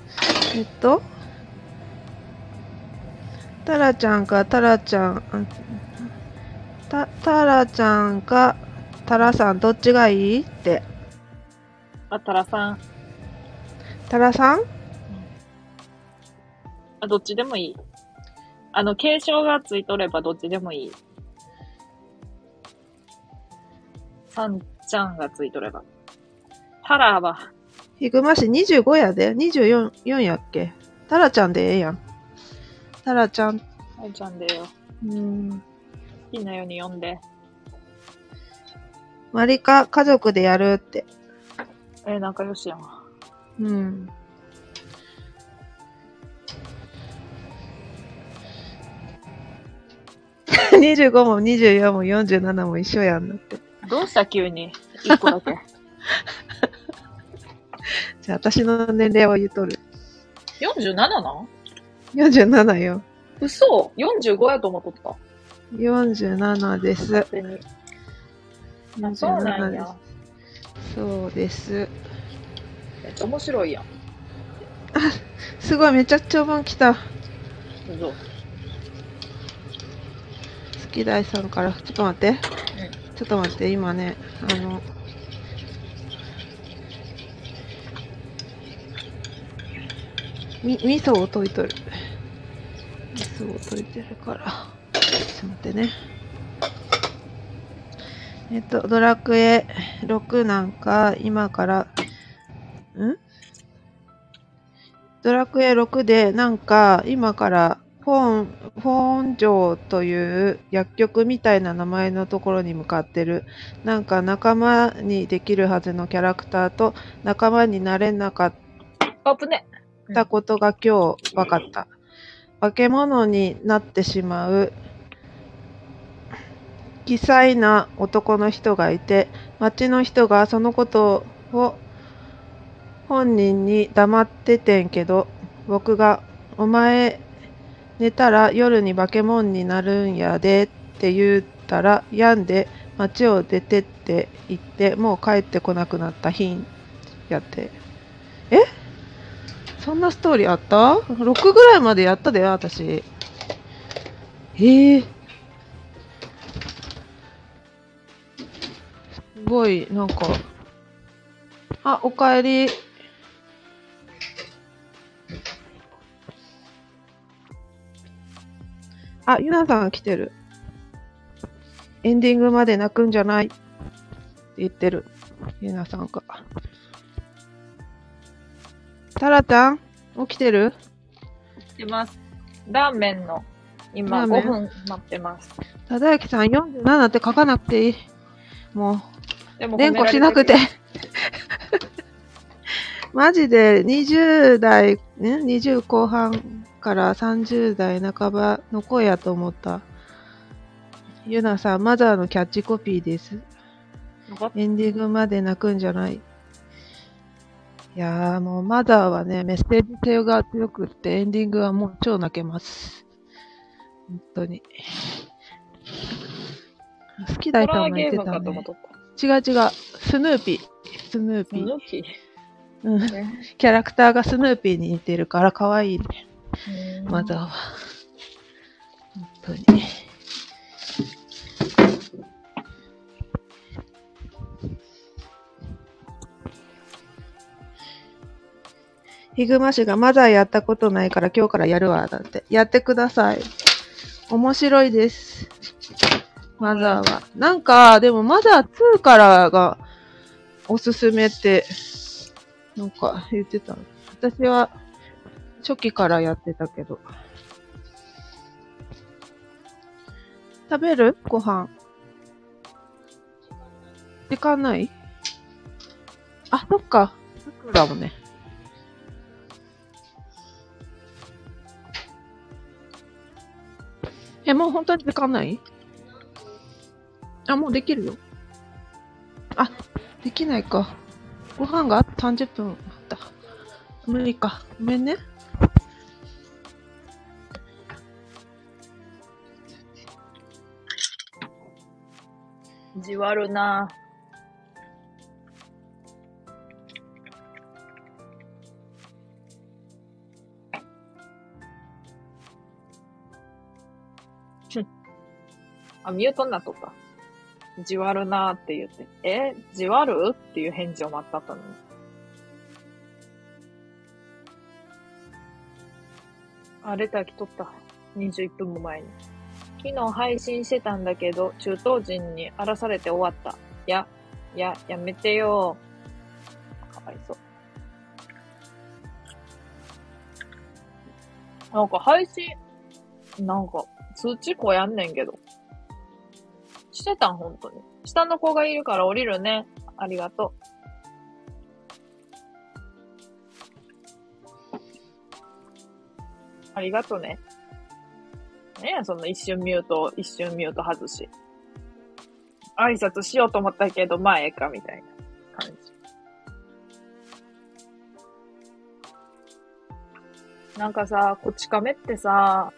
タラちゃんか、タラちゃんか、タラさん、どっちがいいって。 あ、タラさん。 タラさん？ あ、どっちでもいい。継承がついとればどっちでもいい。サンちゃんがついとれば。タラは。 ヒグマ氏25やで。24やっけ。タラちゃんでええやん。タラちゃん。 タラちゃんでよ。好きなように呼んで。 マリカ家族でやるって。 仲良しやん。 うん。25も24も47も一緒やんなって。 どうした急に。1個だけ。 じゃあ私の年齢を言うとる。 47なん？ 47よ。 嘘 ?45 やと思っとった。 47です。 勝手に。そうなんや。 そうです。 めっちゃ面白いやん。 あ、すごい、めっちゃ長文来た。 嘘。 月大さんから、ちょっと待って。ちょっと待って、今ね、味噌を溶いとる。味噌を溶いてるから。ちょっと待ってね。ドラクエ6なんか、今から、ドラクエ6で、なんか、今から、フォン城という薬局みたいな名前のところに向かってる。なんか仲間にできるはずのキャラクターと仲間になれなかったことが今日分かった。化け物になってしまう奇才な男の人がいて、町の人がそのことを本人に黙っててんけど、僕がお前寝たら夜に化け物になるんやでって言ったら病んで町を出てって言ってもう帰ってこなくなった日やって。 えそんなストーリーあった？ 6 ぐらいまでやったで、私。すごい、なんか。あ、おかえり。あ、ゆなさん来てる。エンディングまで泣くんじゃないって言ってる。ゆなさんが。タラちゃん起きてる？ 起きてます。ラーメンの、今ラーメン 5分待ってます。 ただゆきさん47って書かなくていい。もでもう、連呼しなくて。マジで20代、20後半から30代半ばの声やと思った。ゆなさん、マザーのキャッチコピーです。エンディングまで泣くんじゃない。いやーもうマザーはね、メッセージ性が強くって、エンディングはもう超泣けます。本当に。好きな人は泣いてたね。違う違う、スヌーピー。スヌーピー。 スヌーピーうん、キャラクターがスヌーピーに似てるから可愛いね。マザーは。本当に。ヒグマ氏がマザーやったことないから今日からやるわ。だって。やってください。面白いです。マザーは。なんか、でもマザー2からがおすすめって、なんか言ってたの。私は初期からやってたけど。食べる？ご飯。時間ない？あ、そっか。さくらもね。もう本当に時間ない？あ、もうできるよ。あ、できないか。ご飯があと30分あった。無理か。ごめんね。 じわるなあ、ミュートになっとった。じわるなーって言って。じわるっていう返事を待ったったのに。あ、レター来とった。21分も前に。昨日配信してたんだけど、中東人に荒らされて終わった。やめてよ。かわいそう。なんか配信、なんか通知こうやんねんけど。してたん、本当に。下の子がいるから降りるね。ありがとう。ありがとね。ねや、その一瞬ミュート外し。挨拶しようと思ったけど、まあええか、みたいな感じ。なんかさ、こち亀ってさ、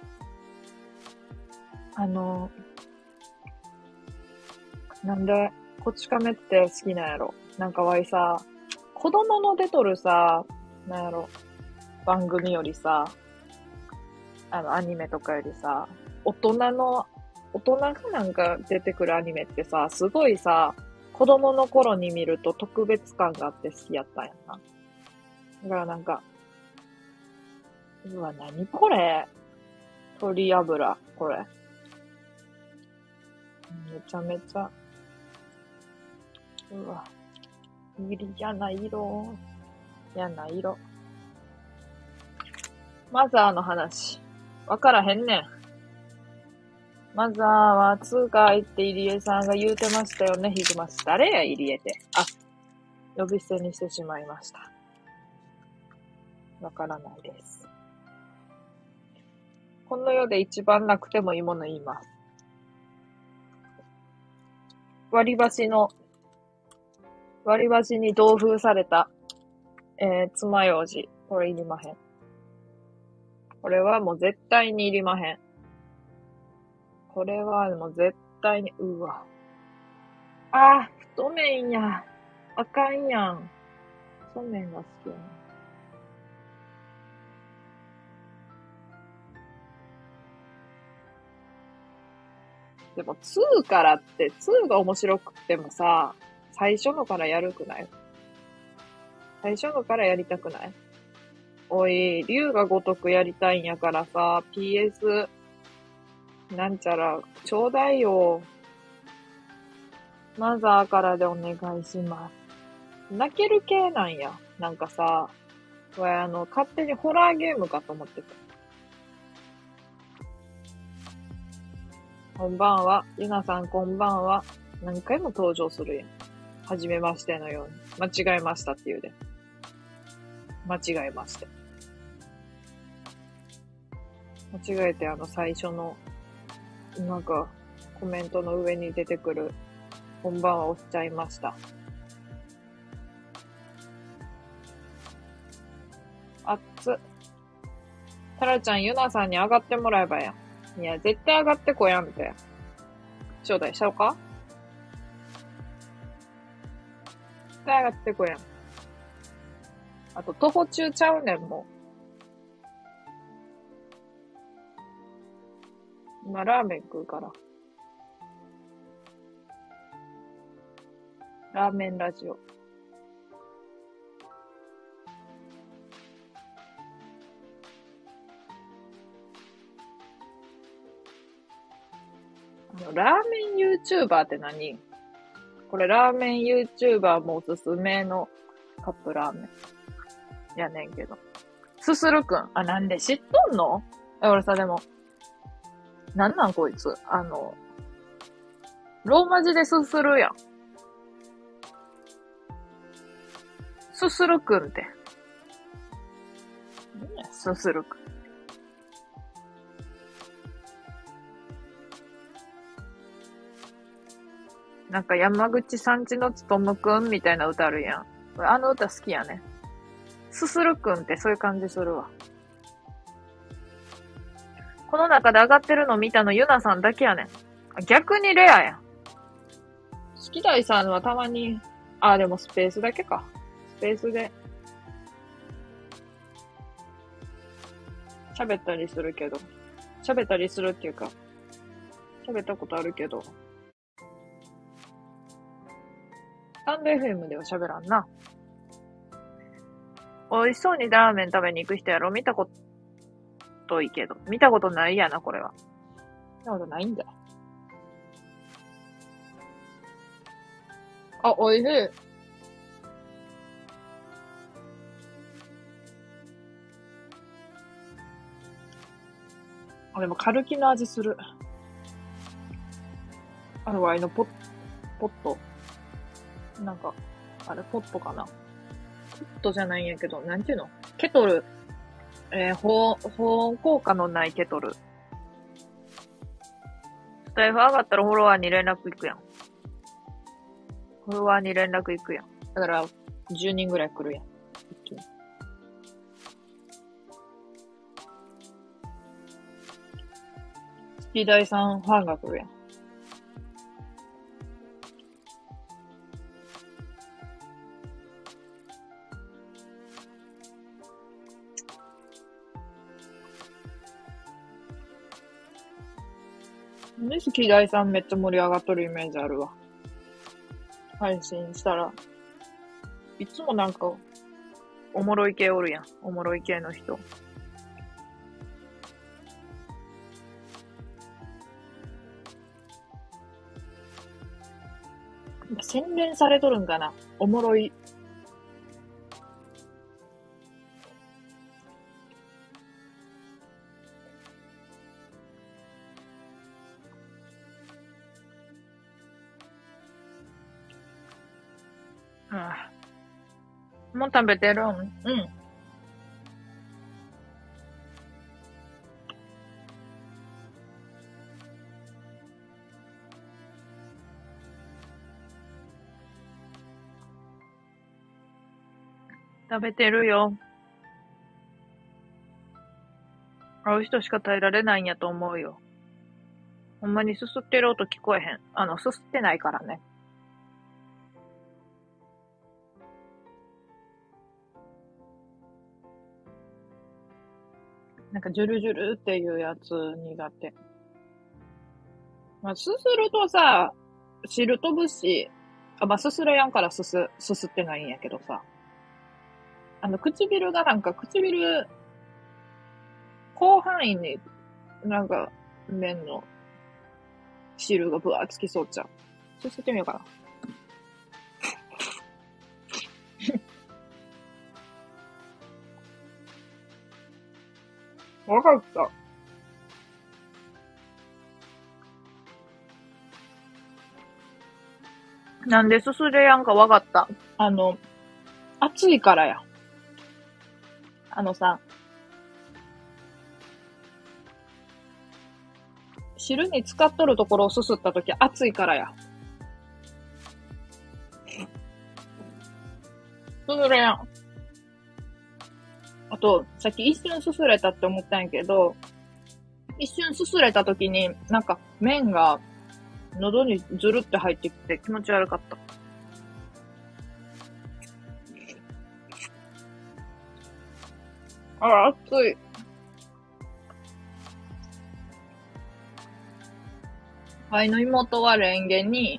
なんで、こち亀って好きなんやろ。なんかわいさ、子供の出とるさ、なんやろ、番組よりさ、アニメとかよりさ、大人がなんか出てくるアニメってさ、すごいさ、子供の頃に見ると特別感があって好きやったんやな。だからなんか、うわ、なにこれ？鶏油、これ。めちゃめちゃ、うわ、嫌な色。嫌な色。マザーの話。わからへんねん。マザーは2回って入江さんが言うてましたよね、ヒグマス。誰や、入江って。あ、呼び捨てにしてしまいました。わからないです。この世で一番なくてもいいもの言います。割り箸に同封された、爪楊枝。これいりまへん。これはもう絶対にいりまへん。これはもう絶対に、うわ。太麺や。あかんやん。 細麺が好きやね。でも2からって、2が面白くてもさ、最初のからやるくない？最初のからやりたくない？おい、竜が如くやりたいんやからさ、PS、なんちゃら、ちょうだいよ。マザーからでお願いします。泣ける系なんや。なんかさ、勝手にホラーゲームかと思ってた。こんばんは。ゆなさんこんばんは。何回も登場するやん。はじめましてのように。間違えましたって言うで。間違えまして。間違えて最初の、なんか、コメントの上に出てくる、こんばんは押しちゃいました。あっつ。タラちゃん、ユナさんに上がってもらえばやん。いや、絶対上がってこやんて。招待しちゃおうか？絶対上がってこやん。あと、徒歩中ちゃうねん、もう。今、ラーメン食うから。ラーメンラジオ。ラーメン YouTuber って何？これラーメン YouTuber もおすすめのカップラーメンやねんけど。すするくん。あ、なんで知っとんの？俺さ、でも、なんこいつ。ローマ字ですするやん。すするくんって。何や、すするくん。なんか山口さんちのつとむくんみたいな歌あるやん。あの歌好きやね。すするくんってそういう感じするわ。この中で上がってるの見たのゆなさんだけやねん。逆にレアやん。好きだいさんはたまに、でもスペースだけか。スペースで喋ったりするけど。喋ったりするっていうか、喋ったことあるけど。スタンド FM では喋らんな。美味しそうにラーメン食べに行く人やろ？見たこといいけど。見たことないやな、これは。見たことないんだよ。あ、美味しい。でも、カルキの味する。ワイのポット。なんか、あれ、ポットかな。ポットじゃないんやけど、なんていうの？ケトル。保温効果のないケトル。スタイフ上がったらフォロワーに連絡行くやん。フォロワーに連絡行くやん。だから、10人ぐらい来るやん。スピーダイさんファンが来るやん。スキーダイさんめっちゃ盛り上がっとるイメージあるわ。配信したら。いつもなんか、おもろい系おるやん。おもろい系の人。洗練されとるんかな？おもろい。もう食べてるん？うん。食べてるよ。会う人しか耐えられないんやと思うよ。ほんまにすすってる音聞こえへん。すすってないからね。 なんかジュルジュルっていうやつ苦手。まあ、すするとさ、汁飛ぶし、まあ、すすれやんからすすってないんやけどさ。唇がなんか、唇、広範囲になんか、麺の汁がぶわーつきそうちゃう。すすってみようかな。わかった。なんですすれやんかわかった。暑いからや。さ、汁に浸かっとるところをすすったとき暑いからや。すすれやん。あと、さっき一瞬すすれたって思ったんやけど、一瞬すすれたときに、なんか麺が喉にずるって入ってきて気持ち悪かった。あ、暑い。はいの妹はレンゲに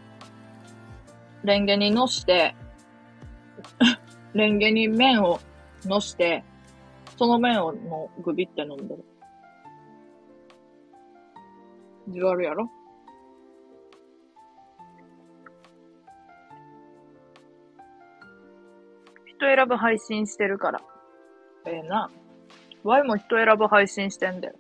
のして、レンゲに麺をのして、その麺をもうグビって飲んでる。じわるやろ？人選ぶ配信してるから。ええな。ワイも人選ぶ配信してんだよ。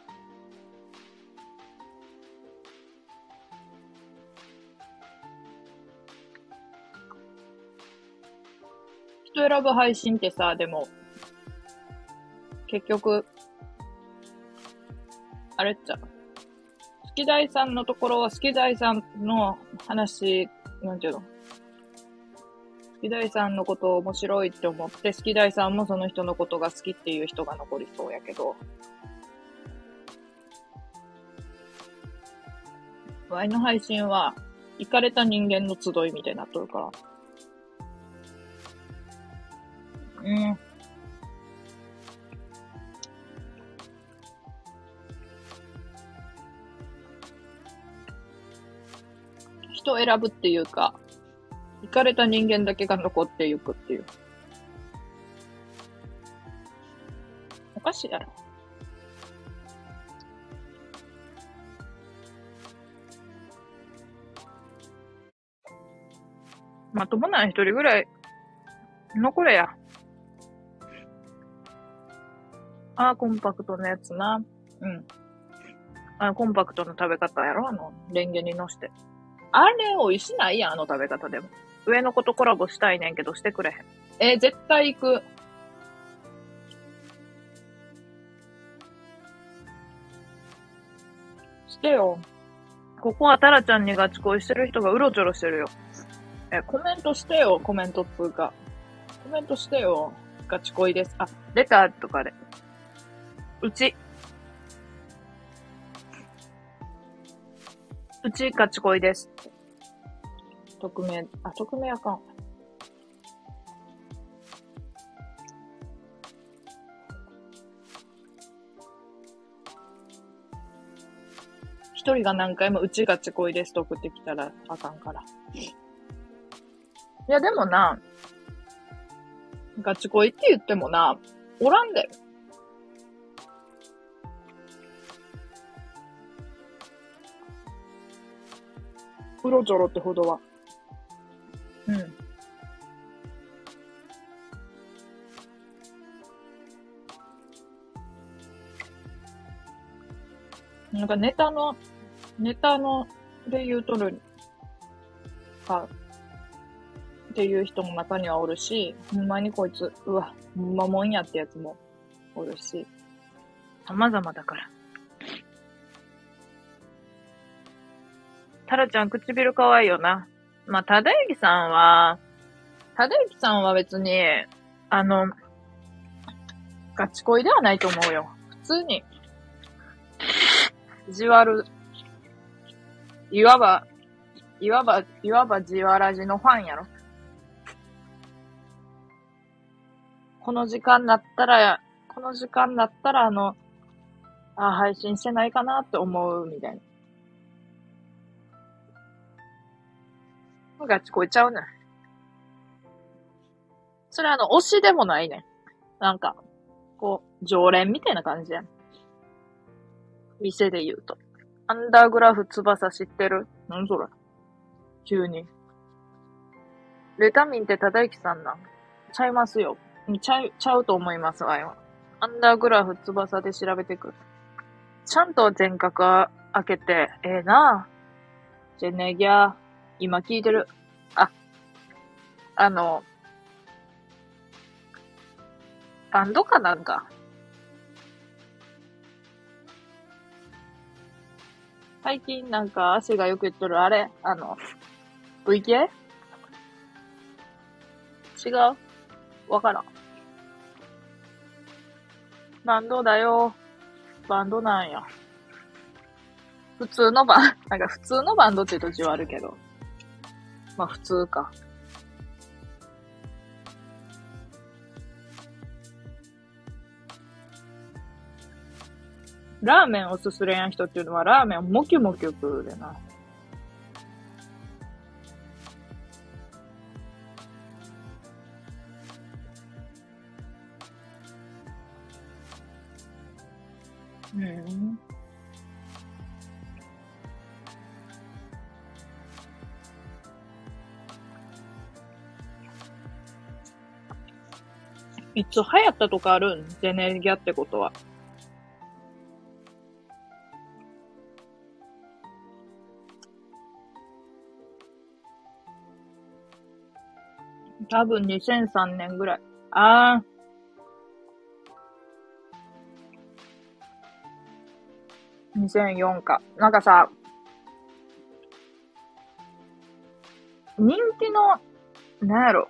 人選ぶ配信ってさ、でも、結局、あれっちゃ。好き大さんのところは好き大さんの話、なんていうの？好き大さんのことを面白いって思って、好き大さんもその人のことが好きっていう人が残りそうやけど、ワイの配信は、イカれた人間の集いみたいになっとるから。人を選ぶっていうか、イカれた人間だけが残っていくっていう。おかしいやろ。まともな一人ぐらい残れや。コンパクトなやつな。うん。コンパクトな食べ方やろ？レンゲにのして。あれ美味しないやん、食べ方でも。上の子とコラボしたいねんけどしてくれへん。絶対行く。してよ。ここはタラちゃんにガチ恋してる人がうろちょろしてるよ。コメントしてよ、コメントっつうか。コメントしてよ。ガチ恋です。レターとかで。うちガチ恋です。匿名あかん。一人が何回もうちガチ恋ですと送ってきたらあかんから。いやでもな、ガチ恋って言ってもな、おらんで。うろちょろってほどは。うん。なんかネタので言うとるかっていう人も中にはおるし、ほんまにこいつ、ほんまもんやってやつもおるし、様々だから。タラちゃん唇可愛いよな。まあ、ただゆきさんは別に、ガチ恋ではないと思うよ。普通に、じわる、いわばじわらじのファンやろ。この時間だったらあ、配信してないかなって思うみたいな。ガチこいちゃうねん。それ推しでもないねん。なんか、こう、常連みたいな感じやん。店で言うと。アンダーグラフ翼知ってる？何それ急に。レタミンって忠之さんなん？ちゃいますよ。ちゃうと思いますわよ。アンダーグラフ翼で調べてくる。ちゃんと全角開けて、ええなぁ。ジェネギャー。今聞いてる。あ、あの、バンドかなんか。最近なんか足がよく言っとるあれVK？ 違う？わからん。バンドだよ。バンドなんや。普通のバン、なんか普通のバンドって言うと字はあるけど。まあ普通か。ラーメンをすすれやん人っていうのはラーメンをもきもき食うでな。うん。いつ流行ったとかあるん？ゼネギャってことは。多分2003年ぐらい。あー、2004か。なんかさ、人気の、なんやろ、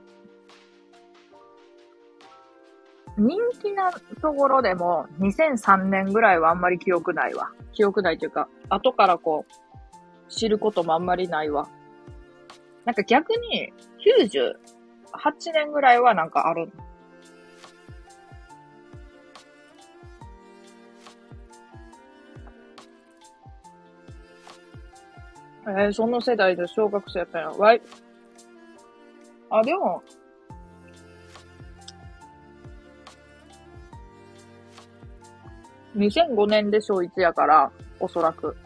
人気なところでも2003年ぐらいはあんまり記憶ないわ。記憶ないというか、後からこう、知ることもあんまりないわ。なんか逆に、98年ぐらいはなんかある。その世代で小学生やったら、でも、2005年で小1やから、おそらく。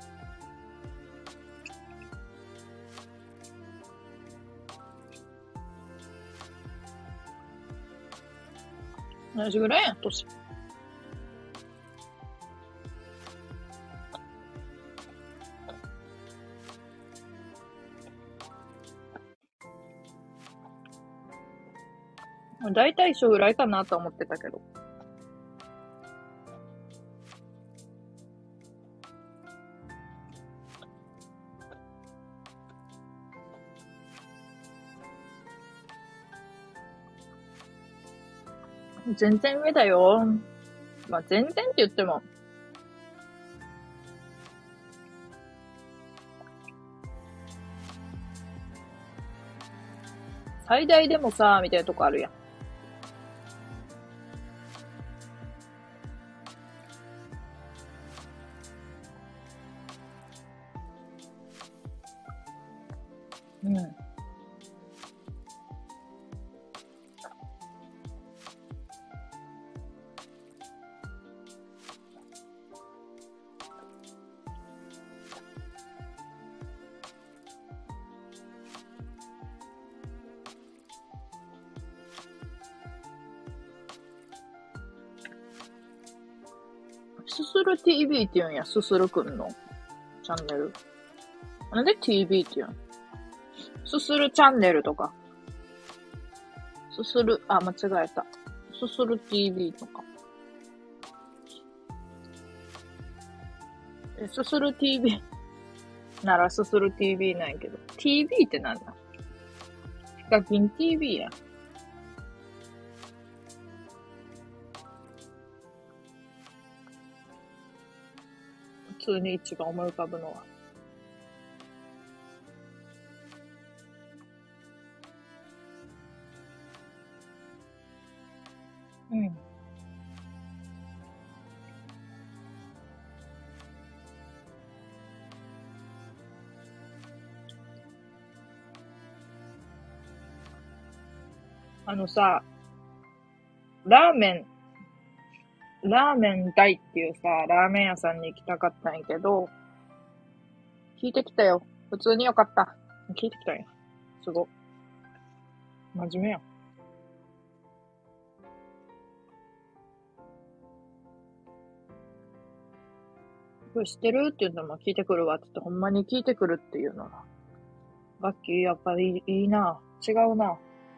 同じぐらいやん、年。だいたい一緒ぐらいかなと思ってたけど。全然上だよ。まあ、全然って言っても、最大でもさ、みたいなとこあるやん。うん。すする TV って言うんや、すするくんのチャンネル。なんで TV って言うん？すするチャンネルとか。すする、間違えた。すする TV とか。すする TV ならすする TV なんやけど。TV ってなんだ？ヒカキン TV や。普通に一番思い浮かぶのは。うん。 あのさ、ラーメラーメン大っていうさ、ラーメン屋さんに行きたかったんやけど、聞いてきたよ。普通によかった。聞いてきたんや。すご。真面目やん。これ知ってるって言うのも聞いてくるわって言って、ほんまに聞いてくるっていうのが。ガッキー、やっぱりいいな。違うな。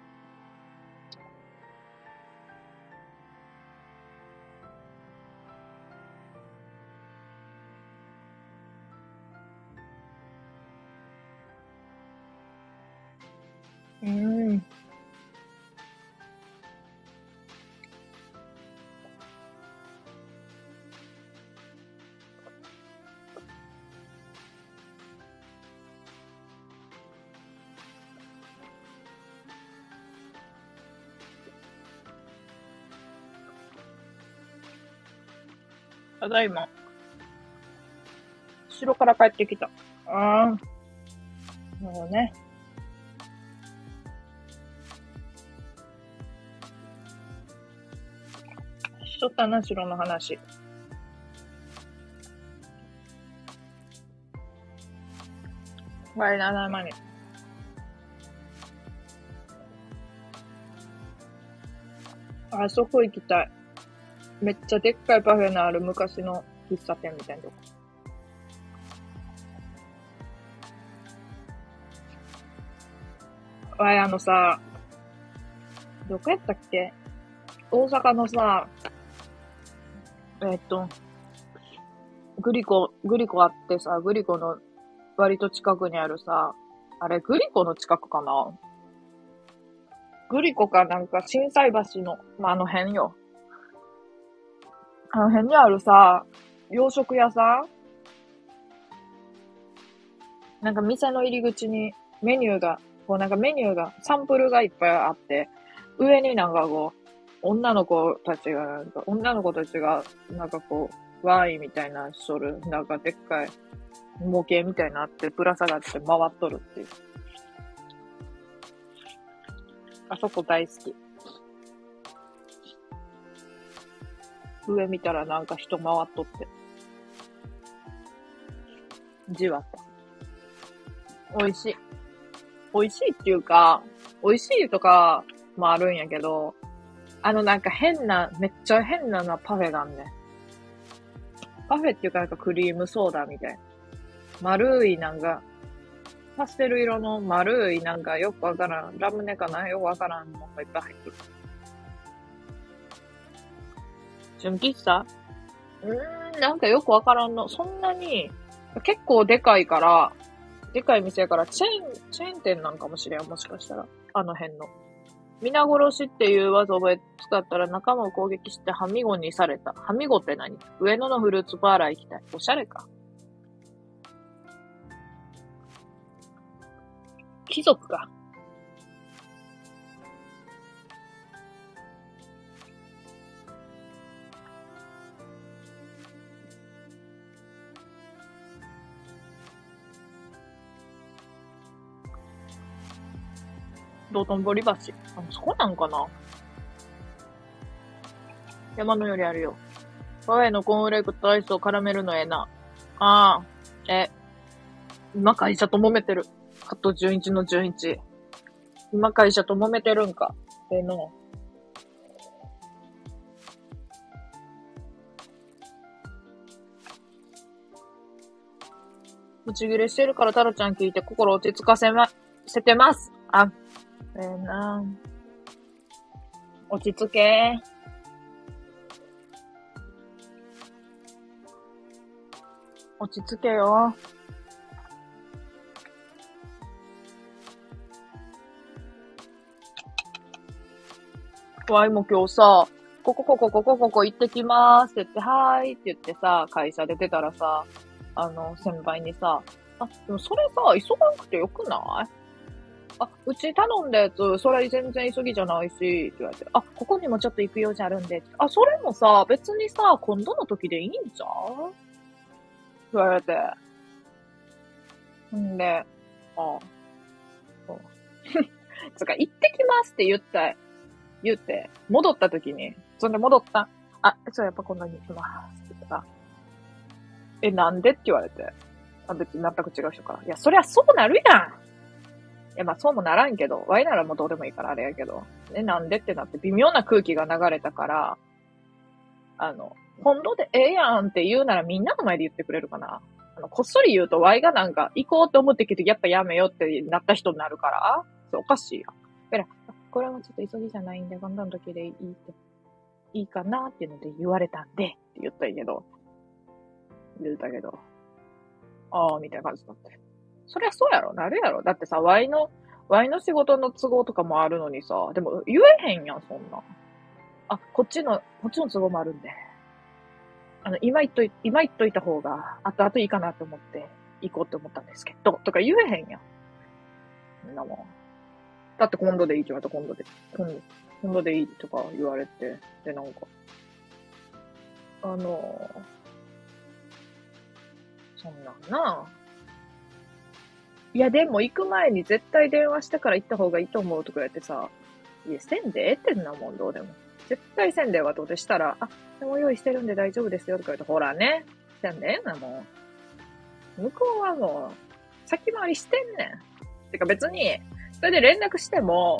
うん。ただいま、城から帰ってきた。ああ、もうね。しとったな、城の話。ワイナーマに。あそこ行きたい。めっちゃでっかいパフェのある昔の喫茶店みたいなとこ。わい、さ、どこやったっけ？大阪のさ、えっと、グリコあってさ、グリコの割と近くにあるさ、あれ、グリコの近くかな？グリコかなんか、心斎橋の、まあ、あの辺よ。あの辺にあるさ、洋食屋さんなんか店の入り口にメニューが、こうなんかメニューが、サンプルがいっぱいあって、上になんかこう、女の子たちが、なんかこう、ワインみたいなしとる、なんかでっかい模型みたいなあって、ぶら下がって回っとるっていう。あそこ大好き。上見たらなんか人回っとって、じわった。美味しい。美味しいっていうか、美味しいとかもあるんやけど、なんかめっちゃ変なパフェがあんねん。パフェっていうかなんかクリームソーダみたいな。丸いなんか、パステル色の丸いなんかよくわからん、ラムネかなよくわからんのがいっぱい入ってる。純喫茶なんかよくわからんの。そんなに、結構でかいから、でかい店やから、チェーン店なんかもしれん、もしかしたら。あの辺の。皆殺しっていう技を使ったら仲間を攻撃してハミゴにされた。ハミゴって何？上野のフルーツパーラー行きたい。おしゃれか。貴族か。道頓堀橋。そこなんかな？山のよりあるよ。我が家のコーンフレークとアイスを絡めるのええな。ああ、今会社と揉めてる。あと11の11。今会社と揉めてるんか。の。ぶち切れしてるからタロちゃん聞いて心落ち着かせてます。あ、な落ち着け。落ち着けよ。わいも今日さ、ここ行ってきまーすって言って、はーいって言ってさ、会社で出たらさ、先輩にさ、でもそれさ、急がなくてよくない？うち頼んだやつ、それ全然急ぎじゃないし、って言われて、ここにもちょっと行く用事あるんで、それもさ、別にさ、今度の時でいいんじゃん？言われて。んで、そう。つか、行ってきますって言った言って、戻った時に、そんで戻った。あ、やっぱこんなに行きますって言ったら、なんでって言われて。別に全く違う人から。いや、そりゃそうなるやん。いや、まあそうもならんけど、ワイならもうどうでもいいからあれやけど。なんでってなって微妙な空気が流れたから、本当でええやんって言うならみんなの前で言ってくれるかな。こっそり言うとワイがなんか行こうと思ってけど、やっぱやめよってなった人になるから、それおかしいやん。だから、これはちょっと急ぎじゃないんで、今度の時でいいかなっていうので言われたんで、って言ったけど、ああ、みたいな感じになって。そりゃそうやろ、なるやろ。だってさ、ワイの仕事の都合とかもあるのにさ、でも言えへんやん、そんな。こっちの都合もあるんで。今言っといた方が、後々いいかなと思って、行こうって思ったんですけど、とか言えへんやん。そんなもん。だって今度でいいって言われたら今度でいいとか言われて、で、なんか、そんなんな。いや、でも行く前に絶対電話してから行った方がいいと思うとか言ってさ、いや、せんでええってんなもん、どうでも。絶対せんでええわとでしたら、でも用意してるんで大丈夫ですよとか言うと、ほらね、せんでええなもう。向こうはもう、先回りしてんねん。てか別に、それで連絡しても、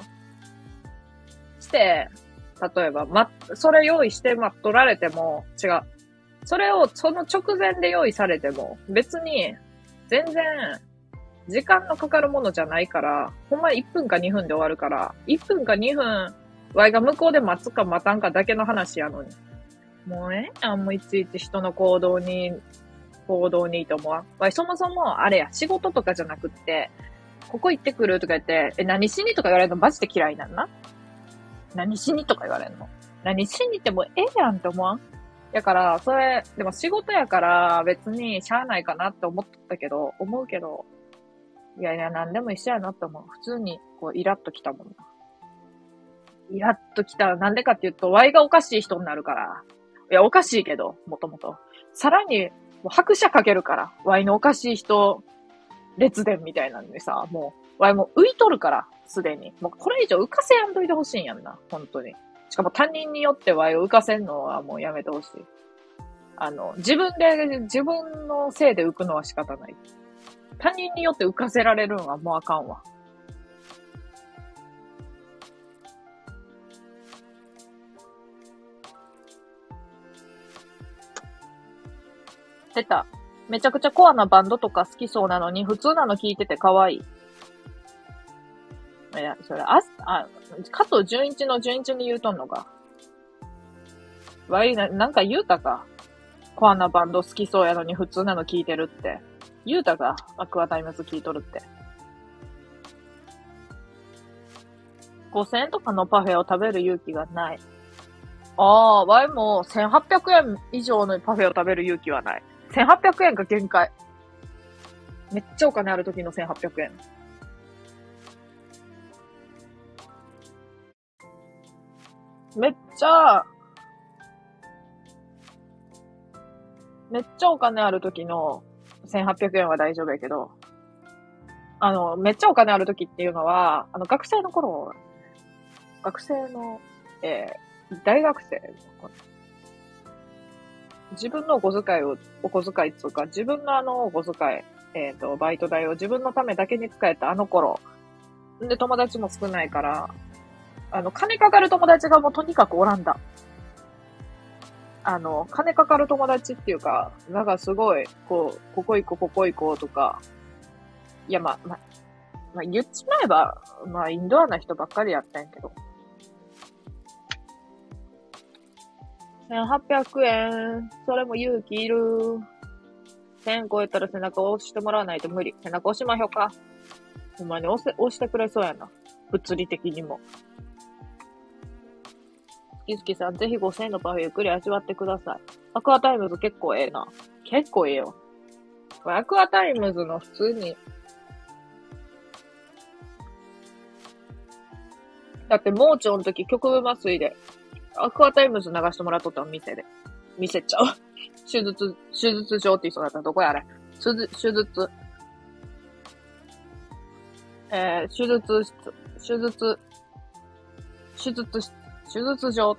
例えば、それ用意して待っとられても、違う。それをその直前で用意されても、別に、全然、時間のかかるものじゃないから、ほんま1分か2分で終わるから、1分か2分、ワイが向こうで待つか待たんかだけの話やのに。もうもういちいち人の行動にいいと思わん。ワイそもそも、あれや、仕事とかじゃなくって、ここ行ってくるとか言って、何しにとか言われるのマジで嫌いなんな。何しにとか言われるの。何しにってもうええやんって思わん。だから、それ、でも仕事やから別にしゃあないかなって思うけど、いやいや、なんでも一緒やなって思う。普通に、イラッときたもんな。イラッときた。なんでかっていうと、ワイがおかしい人になるから。いや、おかしいけど、もともと。さらに、もう拍車かけるから。ワイのおかしい人、列伝みたいなんでさ、もう、ワイも浮いとるから、すでに。もうこれ以上浮かせやんといてほしいんやんな。本当に。しかも他人によってワイを浮かせんのはもうやめてほしい。自分のせいで浮くのは仕方ない。他人によって浮かせられるのはもうあかんわ。出た。めちゃくちゃコアなバンドとか好きそうなのに、普通なの聞いてて可愛い。いや、それ、加藤純一の純一に言うとんのか。なんか言うたか。コアなバンド好きそうやのに普通なの聞いてるって。言うたか。アクアタイムズ聞いとるって。5000円とかのパフェを食べる勇気がない。ワイも1800円以上のパフェを食べる勇気はない。1800円が限界。めっちゃお金ある時の1800円。めっちゃお金ある時の1800円は大丈夫やけど、めっちゃお金ある時っていうのは、学生の、大学生、自分のお小遣いっていうか、自分のお小遣い、バイト代を自分のためだけに使えた頃。で、友達も少ないから、金かかる友達がもうとにかくおらんだ。金かかる友達っていうか、なんかすごい、ここ行こうとか、いや、まあ、言っちまえば、インドアな人ばっかりやったんやけど。1800円、それも勇気いる。1000超えたら背中を押してもらわないと無理。背中押しまひょか。ほんまに押してくれそうやな。物理的にも。ゆずきさん、ぜひ5000円のパフェゆっくり味わってください。アクアタイムズ結構ええな。結構ええよ。アクアタイムズの普通に。だって、盲腸の時局部麻酔で、アクアタイムズ流してもらっとったの、店で。見せちゃう。手術場って言いそうだったらどこやあれ。手術室。 手術場。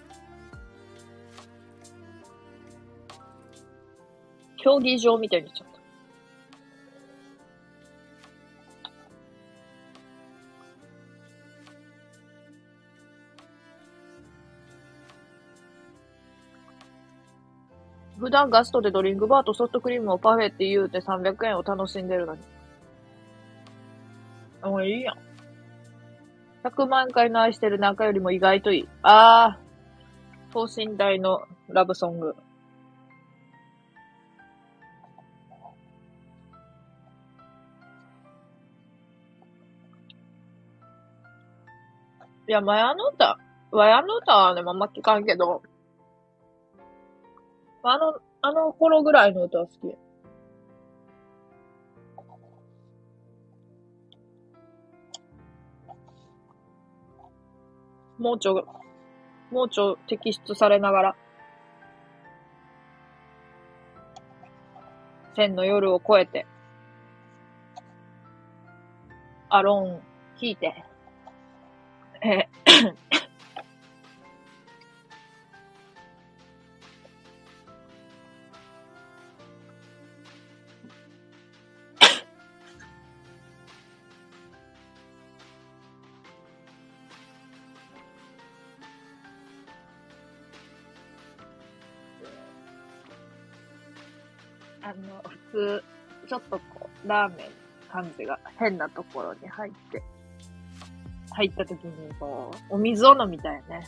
競技場みたいになっちゃった。普段ガストでドリンクバーとソフトクリームをパフェって言うて300円を楽しんでるのに。もういいやん。100万回の愛してる中よりも意外といい。等身大のラブソング。いや、前あの歌はね、あんま聞かんけど、あの頃ぐらいの歌は好き。もうちょ摘出されながら、千の夜を越えて、アローン弾いて、普通、ちょっとこう、ラーメン感じが変なところに入った時にこう、お水を飲みたいね。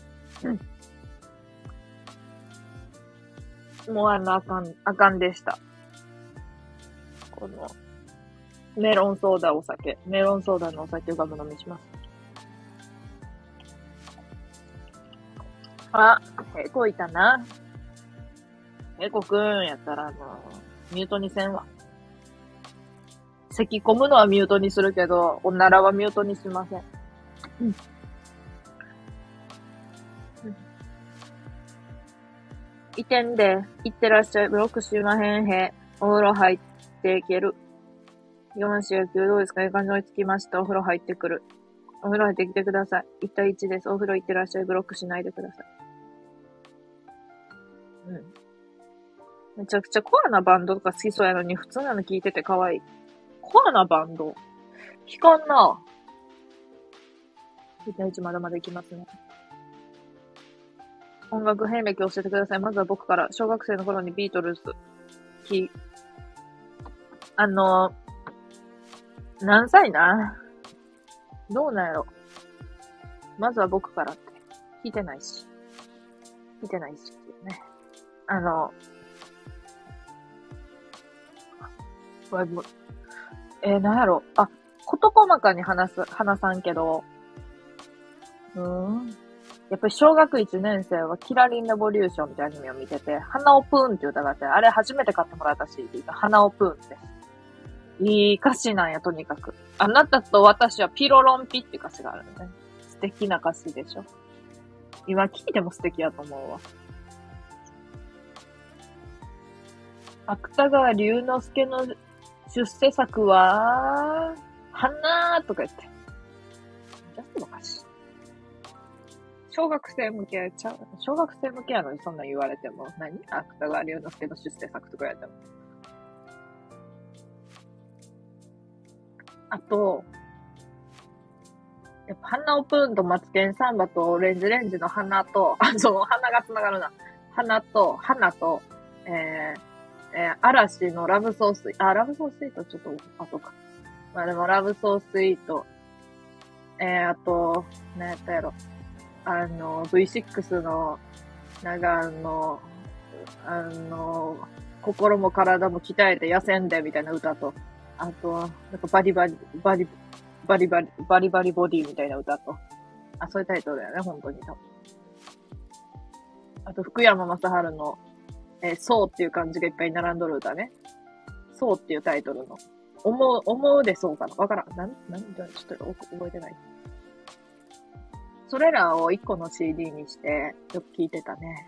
もうあかんでした。この、メロンソーダのお酒をガブ飲みします。ヘコいたな。ヘコくんやったらミュートにせんわ。咳込むのはミュートにするけど、おならはミュートにしません。移転で、行ってらっしゃい。ブロックしまへんへ。お風呂入っていける。4試野球どうですか？いい感じに追いつきました。お風呂入ってくる。お風呂入ってきてください。1対1です。お風呂行ってらっしゃい。ブロックしないでください。めちゃくちゃコアなバンドとか好きそうやのに、普通なの聞いてて可愛い。コアなバンド聞かんな。1対1まだまだ行きますね。音楽遍歴教えてください。まずは僕から。小学生の頃にビートルズ。何歳な？どうなんやろ。まずは僕からって。聞いてないしっていうね。なんやろ。事細かに話さんけど、やっぱり小学1年生はキラリンレボリューションみたいなアニメを見てて、花尾プーンっていう歌があって、あれ初めて買ってもらった CD が花尾プーンって。いい歌詞なんや、とにかく。あなたと私はピロロンピっていう歌詞があるのね。素敵な歌詞でしょ。今聞いても素敵やと思うわ。芥川龍之介の出世作は、花とか言って。ジャスの歌詞。小学生向けやのにそんなん言われても、芥川龍之介の出世作とか言われても。あと、やっぱ花尾プーンとマツケンサンバとオレンジレンジの花と、花が繋がるな。花と、嵐のラブソースイート。ラブソースイートちょっと後か。まあでもラブソースイート。あと、何やったやろ。V6 の、心も体も鍛えて痩せんでみたいな歌と、あと、なんかバリバリボディみたいな歌と、そういうタイトルだよね、本当に。あと、福山雅治の、そうっていう漢字がいっぱい並んどる歌ね。そうっていうタイトルの。思うでそうかなわからん。ちょっと覚えてない。それらを一個の CD にして、よく聴いてたね。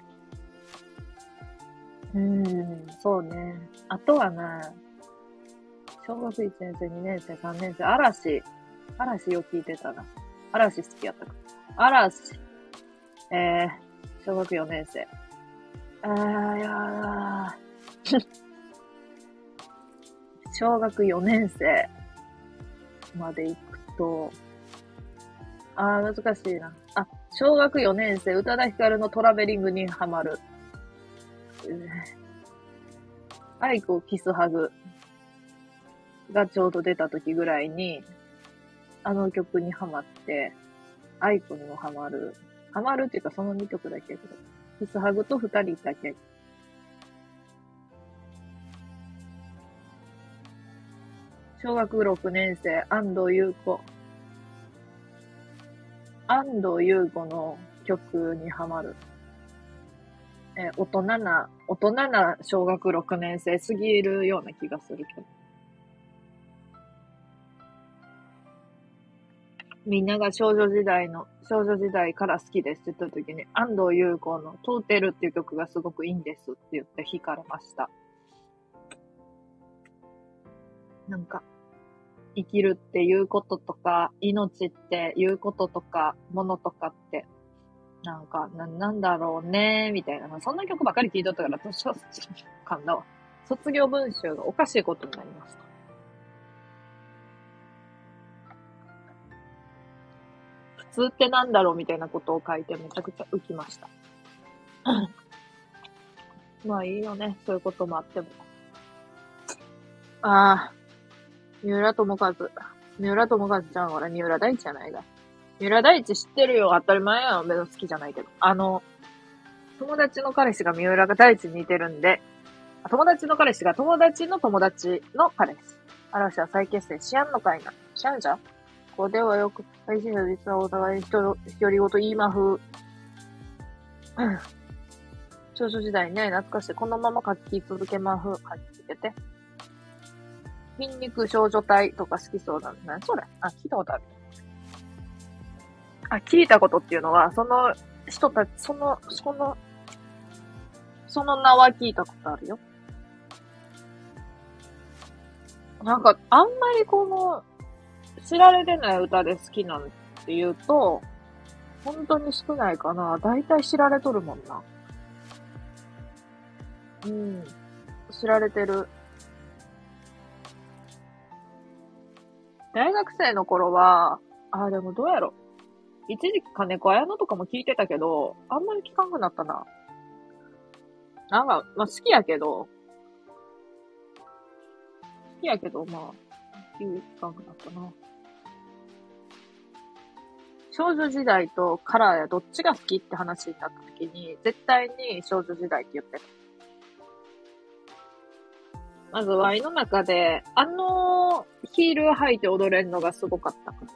そうね。あとはな、小学1年生、2年生、3年生、嵐を聴いてたな。嵐好きやったか。嵐。 小学4年生。いや小学4年生まで行くと、難しいな。小学4年生、宇多田ヒカルのトラベリングにハマる。アイコキスハグがちょうど出た時ぐらいに、あの曲にハマって、アイコにもハマる。ハマるっていうかその2曲だけやけど。キスハグと2人だけ。小学6年生、安藤優子。安藤優子の曲にハマる。大人な小学6年生すぎるような気がするけど。みんなが少女時代から好きですって言った時に、安藤優子のトーテルっていう曲がすごくいいんですって言って惹かれました。なんか、生きるっていうこととか、命っていうこととか、ものとかって、なんか、なんだろうね、みたいな。そんな曲ばかり聴いとったから、年を噛んだわ。卒業文集がおかしいことになりました。普通ってなんだろうみたいなことを書いてめちゃくちゃ浮きました。まあいいよね、そういうこともあっても。三浦友和ちゃん、俺三浦大知じゃないだ。三浦大知知ってるよ。当たり前やん。別に好きじゃないけど。友達の彼氏が三浦が大知に似てるんで、友達の彼氏が友達の友達の彼氏。嵐は再結成しやんのかいな。しやんじゃここではよく、配信者実はお互いに独り言言いまふ。少女時代ね、懐かしい。このまま書き続けまふ。書き続けて。筋肉少女隊とか好きそうだね。何それ？聞いたことある。聞いたことっていうのは、その人たち、その名は聞いたことあるよ。なんか、あんまり知られてない歌で好きなんて言うと、本当に少ないかな。だいたい知られとるもんな。知られてる。大学生の頃は、でもどうやろ。一時期金子綾乃とかも聞いてたけど、あんまり聞かんくなったな。なんか、好きやけど、まあ、聞かんくなったな。少女時代とカラーやどっちが好きって話になった時に、絶対に少女時代って言ってた。まず、ワイの中で、ヒール履いて踊れるのがすごかったから。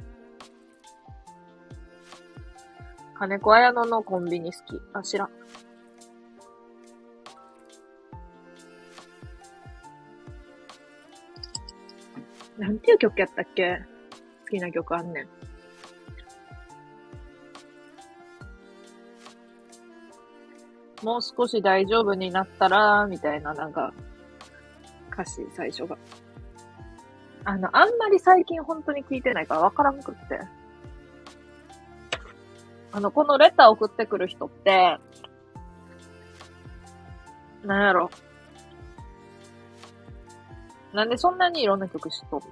金子綾乃のコンビニ好き。知らん。なんていう曲やったっけ？好きな曲あんねん。もう少し大丈夫になったら、みたいな、なんか、歌詞、最初が。あんまり最近本当に聞いてないからわからんくって。このレター送ってくる人って、なんやろ。なんでそんなにいろんな曲知っとんの？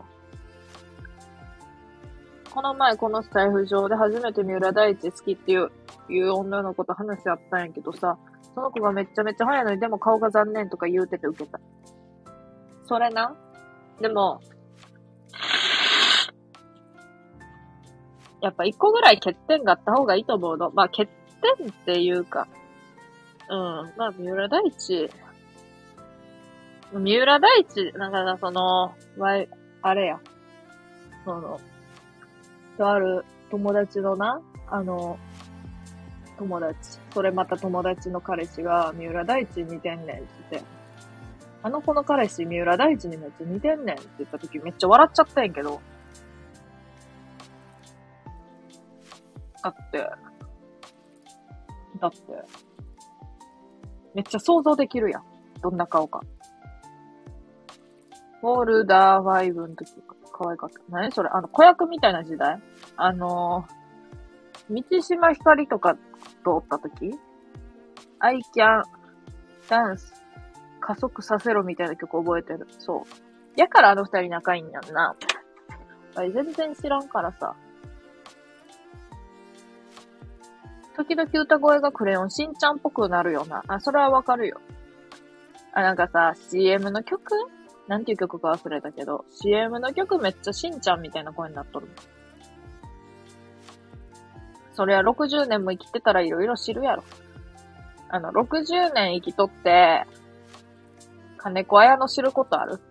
この前このスタイフ上で初めて三浦大知好きっていう女の子と話し合ったんやけどさ、その子がめっちゃ早いのにでも顔が残念とか言うてて受けた。それな。でも、やっぱ一個ぐらい欠点があった方がいいと思うの。まあ欠点っていうか、まあ三浦大知、なんかあれや、とある友達のな、それまた友達の彼氏が三浦大知に似てんねんって言って、この彼氏三浦大知にめっちゃ似てんねんって言った時めっちゃ笑っちゃったんやけど、だって、めっちゃ想像できるやん。どんな顔か。フォルダー5の時可愛かった。何それ？子役みたいな時代？満島ひかりとかとおったとき ?I can dance 加速させろみたいな曲覚えてる。そう。やからあの二人仲いいんやんな。あれ全然知らんからさ。時々歌声がクレヨンしんちゃんっぽくなるよな。あ、それはわかるよ。あ、なんかさ、CM の曲なんていう曲か忘れたけど、CM の曲めっちゃしんちゃんみたいな声になっとる。そりゃ60年も生きてたらいろいろ知るやろ。60年生きとって、金子綾乃知ることある？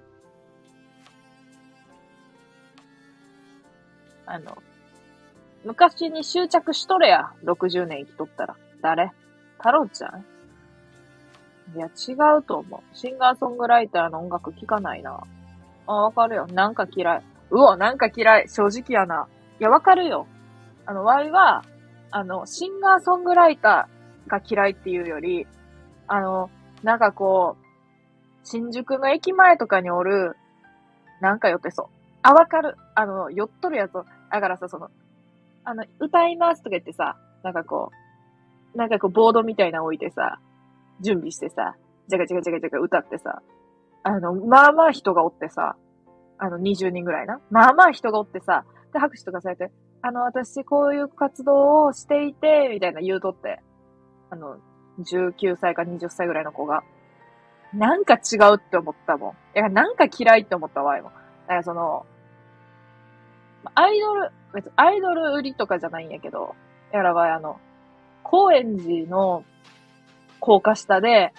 昔に執着しとれや。60年生きとったら。誰？太郎ちゃん？いや、違うと思う。シンガーソングライターの音楽聴かないな。あ、わかるよ。なんか嫌い。なんか嫌い。正直やな。いや、わかるよ。ワイは、シンガーソングライターが嫌いっていうより、なんかこう、新宿の駅前とかにおる、なんか寄ってそう。あ、わかる。寄っとるやつ。だからさ、歌いますとか言ってさ、なんかこう、ボードみたいなの置いてさ、準備してさ、じゃがじゃがじゃがじゃが歌ってさ、まあまあ人がおってさ、20人ぐらいな。まあまあ人がおってさ、で、拍手とかされて、私こういう活動をしていて、みたいな言うとって、19歳か20歳ぐらいの子が、なんか違うって思ったもん。なんか嫌いって思ったわ、今。だから別にアイドル売りとかじゃないんやけど、やらば高円寺の高架下で、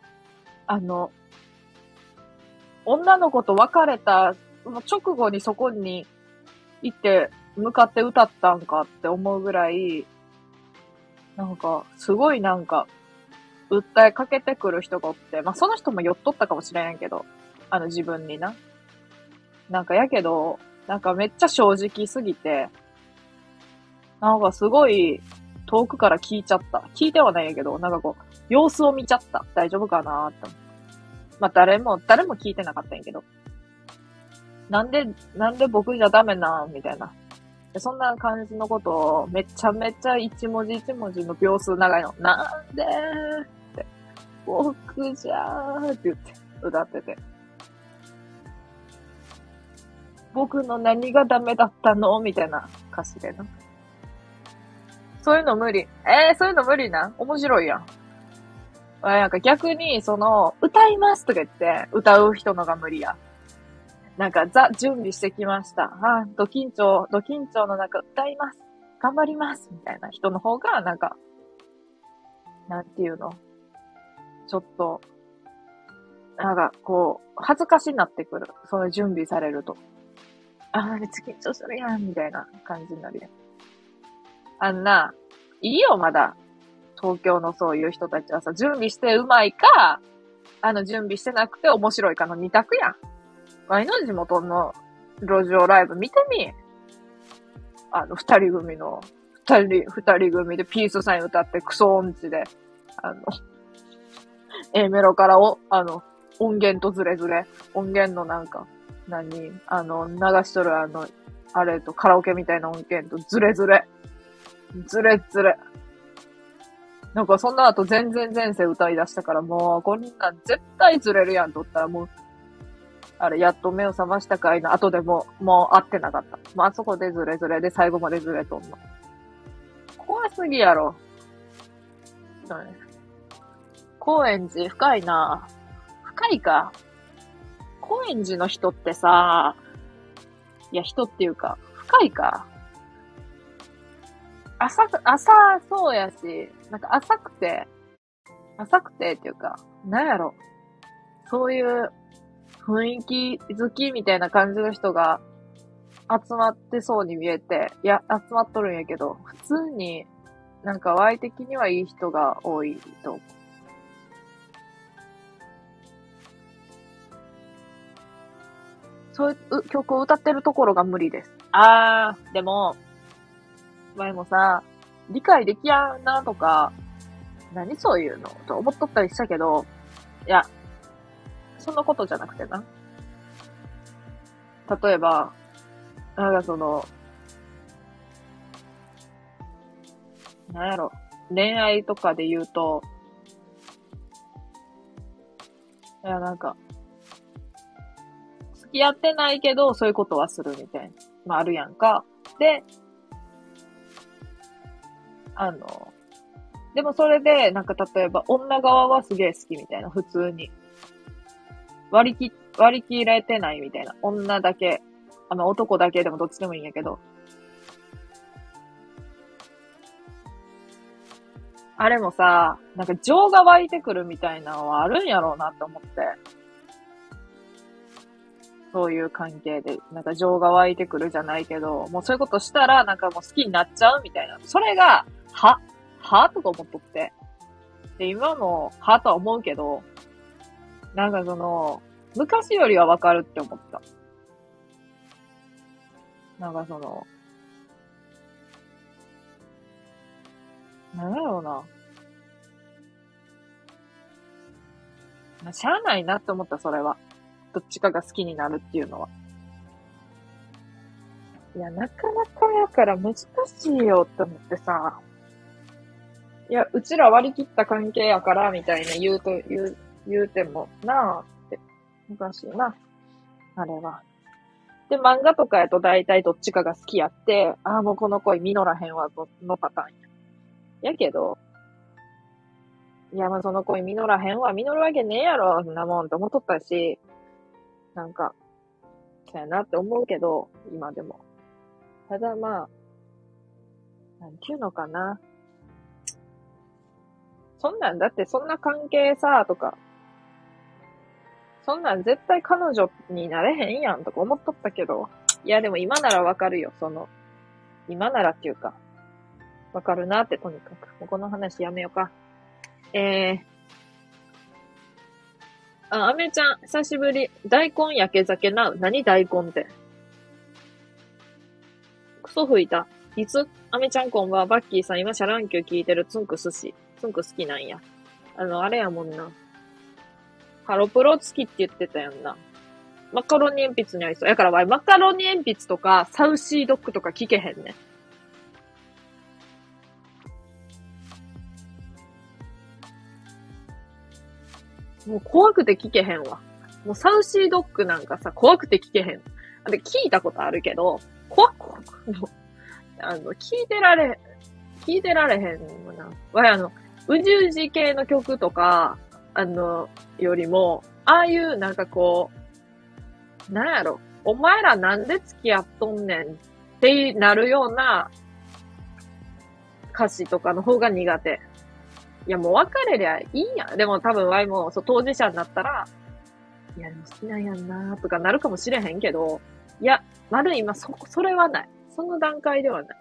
女の子と別れた直後にそこに行って向かって歌ったんかって思うぐらい、なんか、すごいなんか、訴えかけてくる人がおって、まあ、その人も寄っとったかもしれんけど、自分にな。なんかやけど、なんかめっちゃ正直すぎて、なんかすごい遠くから聞いちゃった。聞いてはないんやけど、なんかこう、様子を見ちゃった。大丈夫かなーって思って。まあ、誰も聞いてなかったんやけど。なんで僕じゃダメなみたいな。そんな感じのことを、めちゃめちゃ一文字一文字の秒数長いの。なんでーって、僕じゃーって言って、歌ってて。僕の何がダメだったのみたいな歌詞でな。そういうの無理。そういうの無理な。面白いやん。なんか逆に、歌いますとか言って、歌う人のが無理や。なんか、準備してきました。ド緊張の中歌います。頑張ります。みたいな人の方が、なんか、なんていうの？ちょっと、なんか、こう、恥ずかしになってくる。その準備されると。めっちゃ緊張するやん、みたいな感じになるやん。いいよ、まだ。東京のそういう人たちはさ、準備してうまいか、準備してなくて面白いかの二択やん。ワイの地元の路上ライブ見てみ。二人組でピースサイン歌ってクソ音痴で、A メロから音源とズレズレ。音源のなんか、流しとるあれとカラオケみたいな音源とズレズレ。ズレズレ。なんかそんな後全然前世歌い出したからもう、こんなん絶対ずれるやんと思ったらもう、あれ、やっと目を覚ましたかいの後でもう会ってなかった。もうあそこでズレズレで最後までズレとんの。怖すぎやろ。そうね。高円寺深いな。深いか。高円寺の人ってさ、いや人っていうか、深いか。浅そうやし、なんか浅くてっていうか、なんやろ。そういう雰囲気好きみたいな感じの人が集まってそうに見えて、いや、集まっとるんやけど、普通になんかワイ的にはいい人が多いと思う。そういう曲を歌ってるところが無理です。でも、前もさ、理解できやんなとか、何そういうのと思っとったりしたけど、いや、そんなことじゃなくてな。例えば、なんかなんやろ。 恋愛とかで言うと、いや、なんか、付き合ってないけど、そういうことはするみたいな。まあ、あるやんか。で、あの、でもそれで、なんか例えば、女側はすげえ好きみたいな、普通に。割り切れてないみたいな。女だけ、男だけでもどっちでもいいんやけど。あれもさ、なんか情が湧いてくるみたいなのはあるんやろうなって思って。そういう関係で、なんか情が湧いてくるじゃないけど、もうそういうことしたら、なんかもう好きになっちゃうみたいな。それが、はとか思っとって。で、今も、はとは思うけど、なんか昔よりはわかるって思った。なんかなんやろうな。まあ、しゃあないなって思った、それは。どっちかが好きになるっていうのは。いや、なかなかやから難しいよって思ってさ。いや、うちら割り切った関係やから、みたいな言うてもなあって。難しいな。あれは。で、漫画とかやと大体どっちかが好きやって、ああ、もうこの恋実らへんわ、のパターンや。やけど、いや、まあその恋実らへんわ、実るわけねえやろ、そんなもんって思っとったし、なんか、そうやなって思うけど、今でも。ただまあ、なんていうのかな。そんなんだってそんな関係さ、とか、そんなん絶対彼女になれへんやんとか思っとったけど、いやでも今ならわかるよ、今ならっていうか、わかるなってとにかく。もうこの話やめようか。アメちゃん、久しぶり。大根焼け酒な。何大根って。クソ吹いた。いつアメちゃんこんばんは。バッキーさん、今シャランキュー聞いてる。ツンク寿司。ツンク好きなんや。あれやもんな。ハロプロ好きって言ってたやんな。マカロニ鉛筆にありそう。やからわい、マカロニ鉛筆とか、サウシードッグとか聞けへんね。もう怖くて聞けへんわ。もうサウシードッグなんかさ、怖くて聞けへん。聞いたことあるけど、怖く、もう聞いてられへんもんな。わい、宇宙人系の曲とか、よりも、ああいうなんかこう、なんやろ、お前らなんで付き合っとんねんってなるような歌詞とかの方が苦手。いや、もう別れりゃいいやん。でも多分ワイも、当事者になったら、いや、でも好きなんやんなとかなるかもしれへんけど、いや、まだ今それはない。その段階ではない。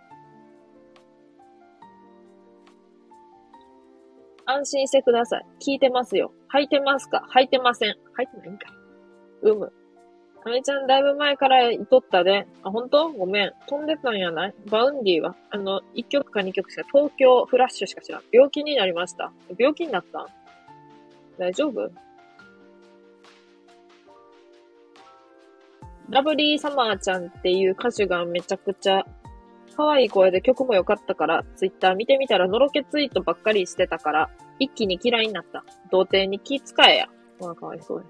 安心してください。聞いてますよ。履いてますか？履いてません。履いてないんかい。アメちゃんだいぶ前からいとったで。あ、本当？ごめん。飛んでたんやない？バウンディは1曲か2曲しか、東京フラッシュしか知らん。病気になりました。病気になったん？大丈夫？ラブリーサマーちゃんっていう歌手がめちゃくちゃ可愛い声で曲も良かったから、ツイッター見てみたらのろけツイートばっかりしてたから、一気に嫌いになった。童貞に気使えや。まあ、かわいそう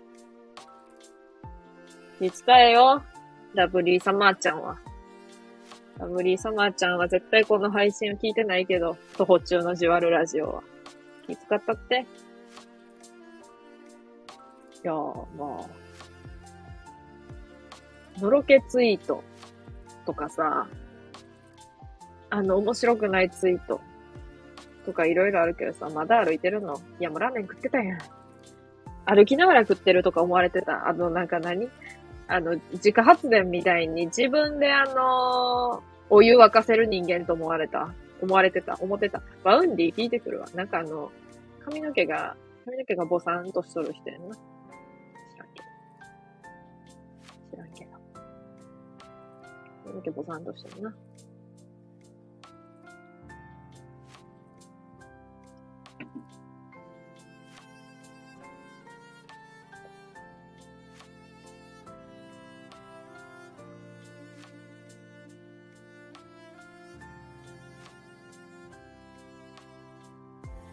に。気使えよ。ラブリーサマーちゃんは。ラブリーサマーちゃんは絶対この配信を聞いてないけど、徒歩中のじわるラジオは。気使ったって。いやー、まあ、のろけツイートとかさ、面白くないツイートとかいろいろあるけどさ、まだ歩いてるの？いや、もうラーメン食ってたやん。歩きながら食ってるとか思われてた。なんか自家発電みたいに自分でお湯沸かせる人間と思われてた。思ってた。バウンディ聞いてくるわ。なんか髪の毛がボサンとしとる人やんな。知らんけど。髪の毛ボサンとしてるな。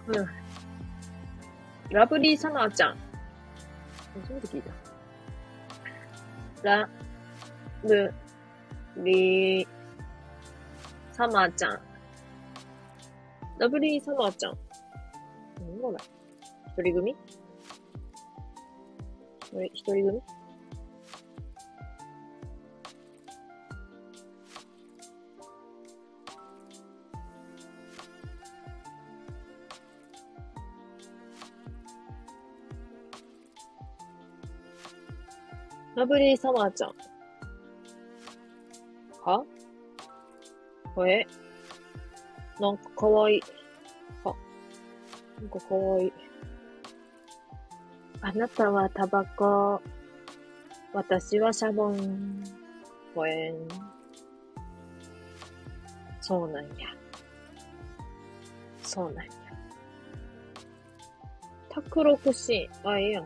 うん。ラブリーサマーちゃん。初めて聞いた。ラブリーサマーちゃん。ラブリーサマーちゃん。何これ？一人組？一人組？ラブリーサマーちゃん。は？なんかかわいい。なんかかわいい。あなたはタバコ。私はシャボン。そうなんや。そうなんや。卓録シーン。あ、ええやん。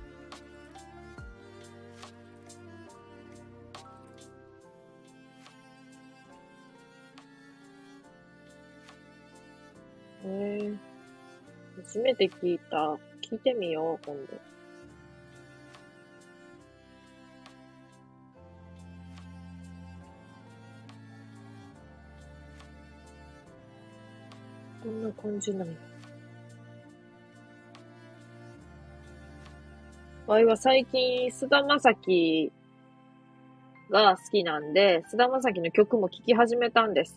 初めて聞いた。聞いてみよう、今度。こんな感じなんや。わいは最近、菅田将暉が好きなんで、菅田将暉の曲も聴き始めたんです。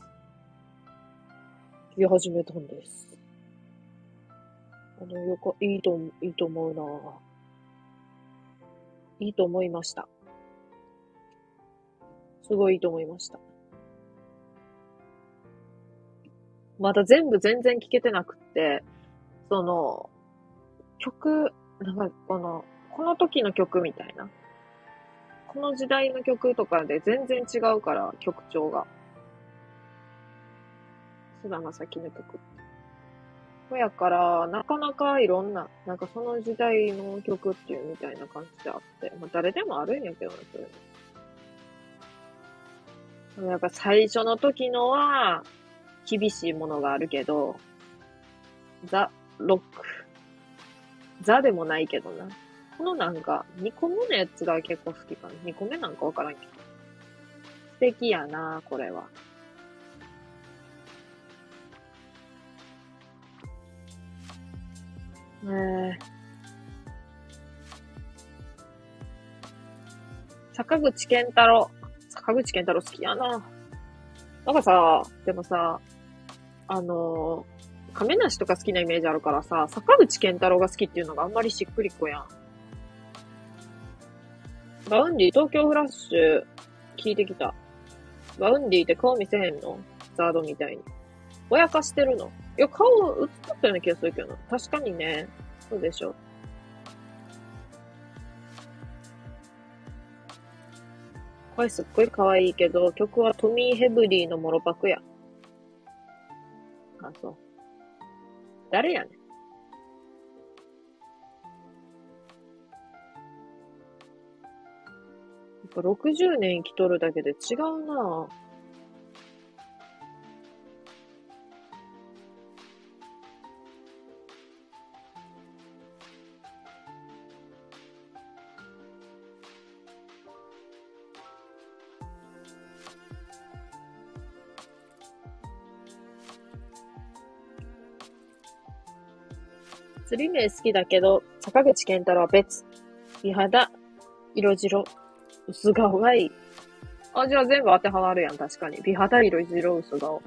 いいと思うなぁ。いいと思いました。すごいいいと思いました。まだ全然聴けてなくって、曲、なんかこの時の曲みたいな。この時代の曲とかで全然違うから、曲調が。菅田将暉の曲。ほやから、なかなかいろんな、なんかその時代の曲っていうみたいな感じであって、まあ誰でもあるんやけどね、それも。やっぱ最初の時のは、厳しいものがあるけど、ザ・ロック。ザでもないけどな。このなんか、2個目のやつが結構好きかな。2個目なんかわからんけど。素敵やな、これは。坂口健太郎。坂口健太郎好きやな。なんかさ、でもさ、亀梨とか好きなイメージあるからさ、坂口健太郎が好きっていうのがあんまりしっくりこやん。バウンディ東京フラッシュ聞いてきた。バウンディって顔見せへんの？ザードみたいに。ぼやかしてるの？いや、顔映ったような気がするけどな。確かにね。そうでしょ。声すっごい可愛いけど、曲はトミー・ヘブリーのモロパクや。あ、そう。誰やねん。やっぱ60年生きとるだけで違うなぁ。釣り名好きだけど、坂口健太郎は別。美肌、色白、薄顔がいい。あ、じゃあ全部当てはまるやん、確かに。美肌、色白、薄顔。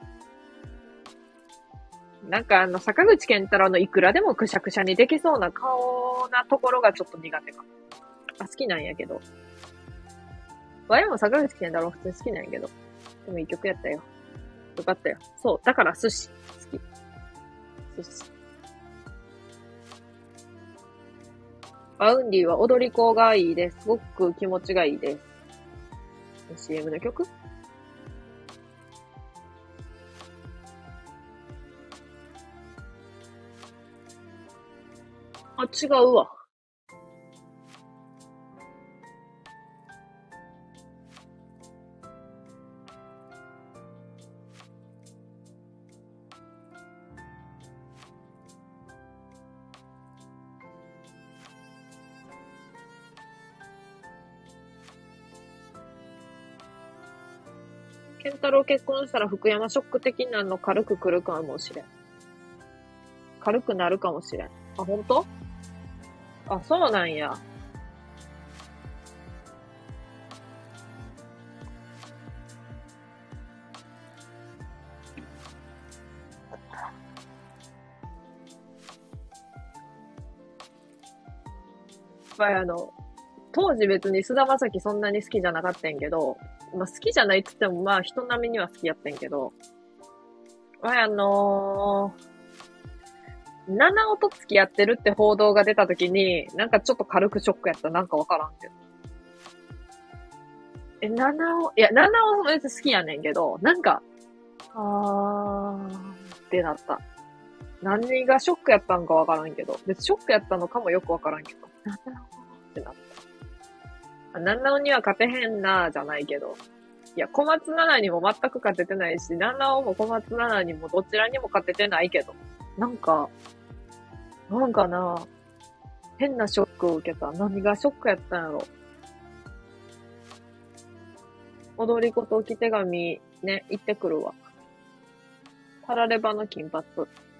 なんか坂口健太郎のいくらでもくしゃくしゃにできそうな顔なところがちょっと苦手か。あ、好きなんやけど。わいも坂口健太郎普通に好きなんやけど。でもいい曲やったよ。よかったよ。そう。だから寿司。好き。寿司。バウンディは踊り子がいいです。すごく気持ちがいいです。CM の曲？あ、違うわ。 健太郎結婚したら福山ショック的なの軽く来るかもしれん。軽くなるかもしれん。あ、ほんと？あ、そうなんや。まあ、当時別に菅田将暉そんなに好きじゃなかったんけど、まあ好きじゃないって言ってもまあ人並みには好きやったんけど、まあ七尾と付き合ってるって報道が出た時に、なんかちょっと軽くショックやった。なんかわからんけど。七尾も別に好きやねんけど、なんか、ってなった。何がショックやったんかわからんけど、別にショックやったのかもよくわからんけど、七尾ってなった。七尾には勝てへんな、じゃないけど。いや、小松菜奈にも全く勝ててないし、七尾も小松菜奈にもどちらにも勝ててないけど。なんかな、変なショックを受けた。何がショックやったんやろ。踊り子と置き手紙ね、行ってくるわ。タラレバの金髪。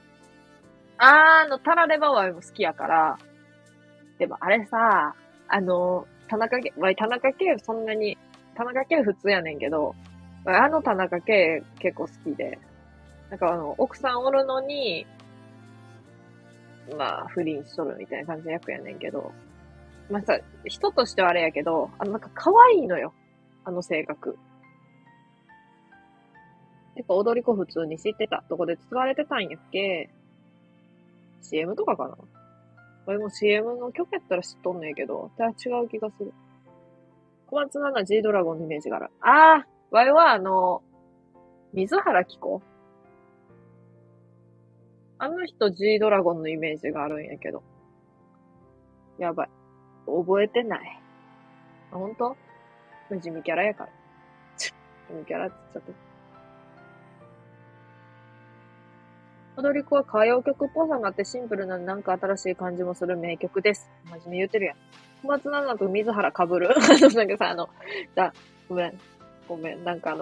タラレバは好きやから。でもあれさ、田中圭そんなに、田中圭普通やねんけど、田中圭結構好きで。なんか奥さんおるのに、まあ、不倫しとるみたいな感じの役やねんけど。まあさ、人としてはあれやけど、なんか可愛いのよ。性格。てか、踊り子普通に知ってた。どこで使われてたんやっけ？ CM とかかな？これも CM の曲やったら知っとんねんけど、違う気がする。小松菜奈 G ドラゴンのイメージがある。わいは水原希子？あの人 G ドラゴンのイメージがあるんやけど。やばい。覚えてない。ほんと？地味キャラやから。地味キャラって言っちゃった。踊り子は歌謡曲っぽさがあってシンプルななんか新しい感じもする名曲です。真面目言うてるやん。小松菜奈と水原かぶるなんかさ、ごめん、なんか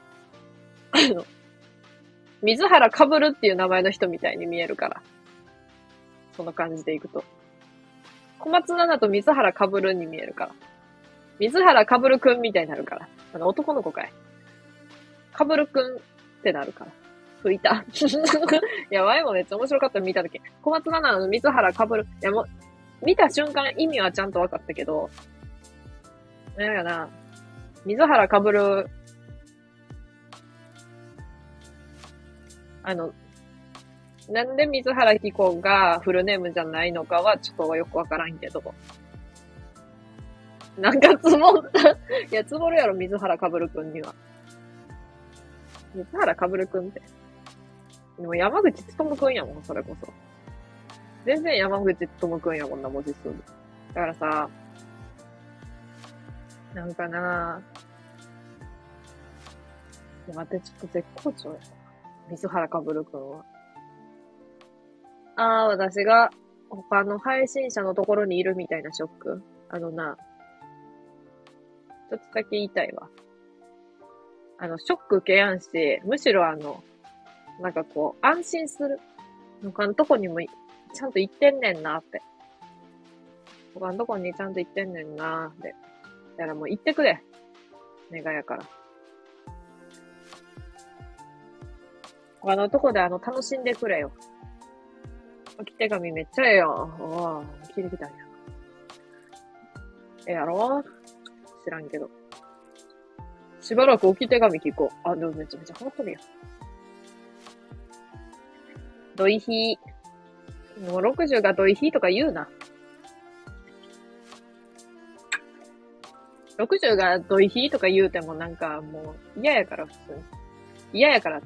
水原かぶるっていう名前の人みたいに見えるから。その感じでいくと。小松菜奈と水原かぶるに見えるから。水原かぶるくんみたいになるから。男の子かい。かぶるくんってなるから。吹いた。いや、前もめっちゃ面白かった見たとき。小松菜奈の水原かぶる。いや、もう、見た瞬間意味はちゃんと分かったけど、なんやな、水原かぶる、なんで水原希子がフルネームじゃないのかはちょっとよくわからんけど。なんか積もった。いや、積もるやろ、水原かぶるくんには。水原かぶるくんって。でも山口努くんやもん、それこそ。全然山口努くんやもんな、文字数。だからさ、なんかなぁ。待って、ちょっと絶好調やな。水原かぶるくんは。私が他の配信者のところにいるみたいなショック。一つだけ言いたいわ。ショック受けやんし、むしろなんかこう、安心する。他のとこにもちゃんと行ってんねんなって。他のとこにちゃんと行ってんねんなって。だからもう行ってくれ。願いやから。他のとこで楽しんでくれよ。置き手紙めっちゃええやん。聞いてきたんや。やろ？知らんけど。しばらく置き手紙聞こう。でもめちゃめちゃハマっとるやん。ドイヒー。もう60がドイヒーとか言うな。60がドイヒーとか言うてもなんかもう嫌やから普通に。嫌やからって。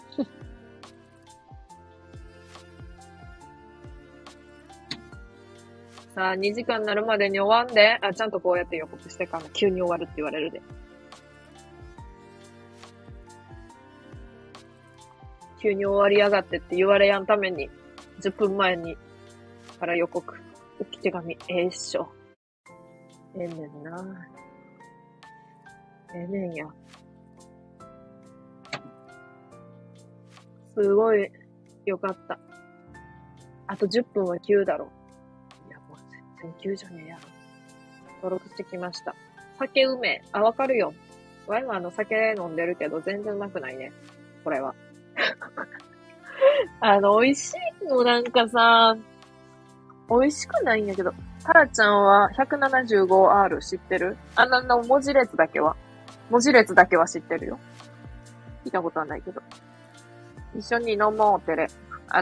さあ、2時間になるまでに終わんで。ちゃんとこうやって予告してから急に終わるって言われるで。急に終わりやがってって言われやんために、10分前にから予告。置き手紙、っしょ。ええねんな。ええねんや。 すごいよかった。あと10分は急だろ。いや、もう全然急じゃねえや。登録してきました。酒うめえ。あ、わかるよ。ワイは酒飲んでるけど全然うまくないね。これは。美味しいのなんかさ、美味しくないんやけど。タラちゃんは 175R 知ってる？文字列だけは知ってるよ。聞いたことはないけど。一緒に飲もうてれ。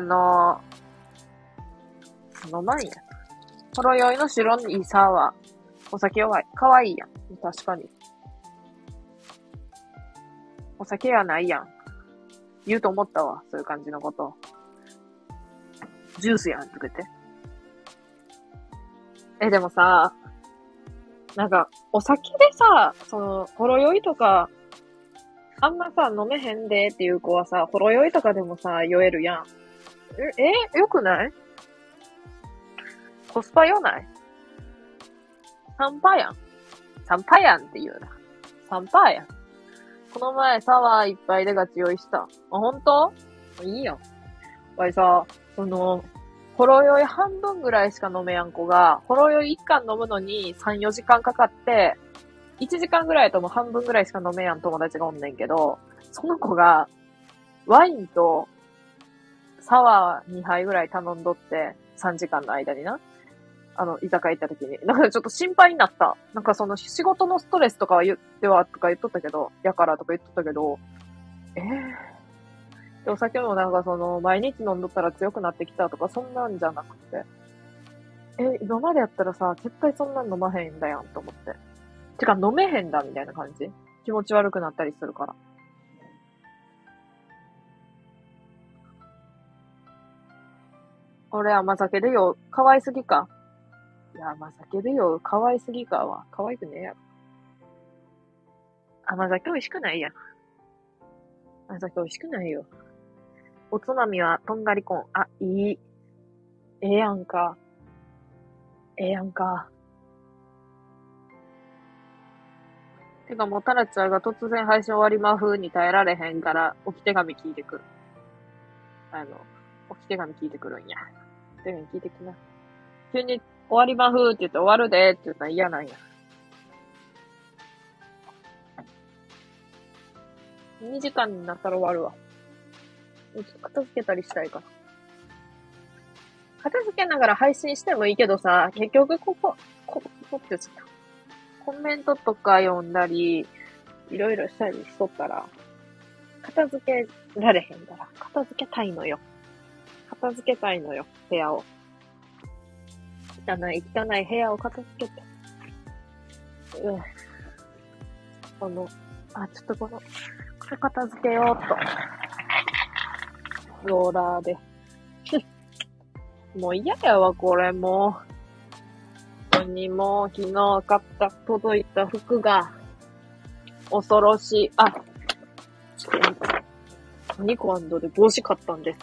飲まんや。ほろ酔いの白いサワー。お酒弱い。かわいいやん。確かに。お酒やないやん。言うと思ったわ。そういう感じのこと。ジュースやんって言って。でもさ、なんか、お酒でさ、ほろ酔いとか、あんまさ、飲めへんでっていう子はさ、ほろ酔いとかでもさ、酔えるやん。よくないコスパ良ない？サンパやん。サンパやんって言うな。サンパやん。この前サワー一杯でガチ酔いした。あ、ほんと？いいやん。わいさ、ほろ酔い半分ぐらいしか飲めやん子が、ほろ酔い1缶飲むのに3、4時間かかって、1時間ぐらいとも半分ぐらいしか飲めやん友達がおんねんけど、その子が、ワインとサワー2杯ぐらい頼んどって、3時間の間にな。居酒屋行った時に。なんかちょっと心配になった。なんか仕事のストレスとかはとか言っとったけど、やからとか言っとったけど、で、お酒もなんか毎日飲んどったら強くなってきたとか、そんなんじゃなくて。今までやったらさ、絶対そんなん飲まへんだやんと思って。てか飲めへんだみたいな感じ？気持ち悪くなったりするから。俺甘酒でよ、可愛すぎか。いや、甘酒でよ、可愛すぎかは。可愛くねえやろ。甘酒美味しくないやん。甘酒美味しくないよ。おつまみはとんがりコーン。あ、いい。ええやんか。ええやんか。てかもうタラちゃんが突然配信終わりま風に耐えられへんから、置き手紙聞いてくる。置き手紙聞いてくるんや。置き手紙聞いてきな。急に終わりま風って言って終わるでって言ったら嫌なんや。2時間になったら終わるわ。ちょっと片付けたりしたいから。片付けながら配信してもいいけどさ、結局こって言っちゃった。コメントとか読んだり、いろいろしたりしとったら、片付けられへんから、片付けたいのよ。部屋を。汚い部屋を片付けて。ちょっとこれ片付けようっと。ローラーで。もう嫌やわ、これもう。本当にもう昨日届いた服が、恐ろしい。ニコ&で帽子買ったんです。